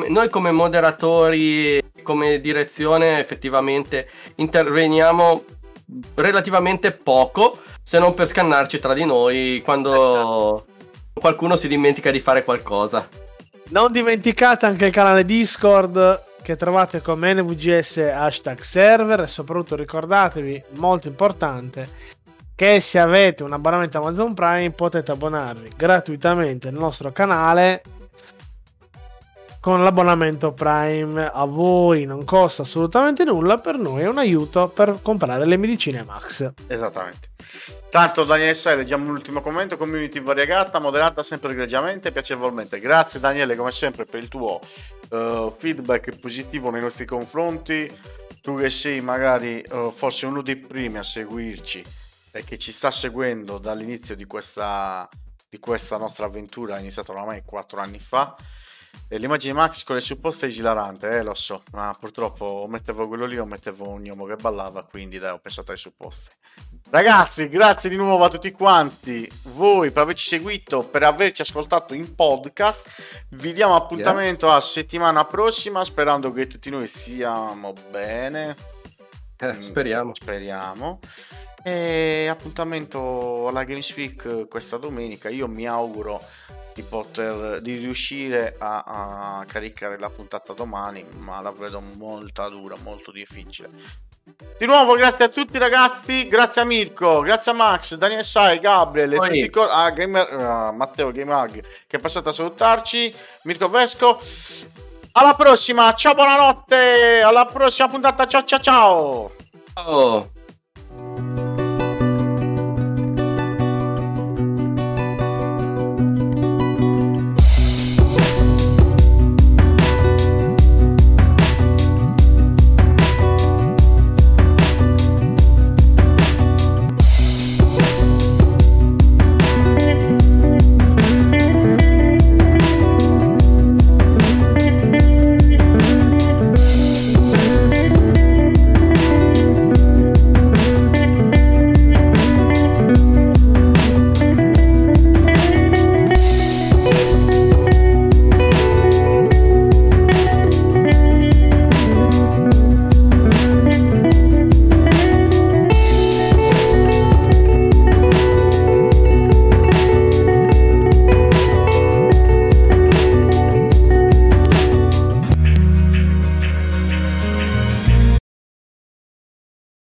come direzione effettivamente interveniamo relativamente poco, se non per scannarci tra di noi quando qualcuno si dimentica di fare qualcosa. Non dimenticate anche il canale Discord che trovate come NVGS #server, e soprattutto ricordatevi, molto importante, che se avete un abbonamento Amazon Prime potete abbonarvi gratuitamente al nostro canale. Con l'abbonamento Prime a voi non costa assolutamente nulla, per noi è un aiuto per comprare le medicine Max. Esattamente. Tanto Daniele Sai, leggiamo l'ultimo commento: community variegata, moderata, sempre egregiamente, piacevolmente. Grazie Daniele come sempre per il tuo feedback positivo nei nostri confronti. Tu che sei magari forse uno dei primi a seguirci e che ci sta seguendo dall'inizio di questa nostra avventura iniziata ormai 4 anni fa. E l'immagine Max con le supposte è esilarante, lo so, ma purtroppo o mettevo quello lì o mettevo un gnomo che ballava, quindi dai, ho pensato alle supposte. Ragazzi, grazie di nuovo a tutti quanti voi per averci seguito, per averci ascoltato in podcast. Vi diamo appuntamento a settimana prossima, sperando che tutti noi stiamo bene. Speriamo. E appuntamento alla Games Week questa domenica. Io mi auguro di riuscire a caricare la puntata domani, ma la vedo molto dura, molto difficile. Di nuovo grazie a tutti ragazzi, grazie a Mirko, grazie a Max, Daniele Sai, Gabriel e Matteo Gamehag che è passato a salutarci, Mirko Vesco. Alla prossima, ciao, buonanotte, alla prossima puntata, ciao. Oh.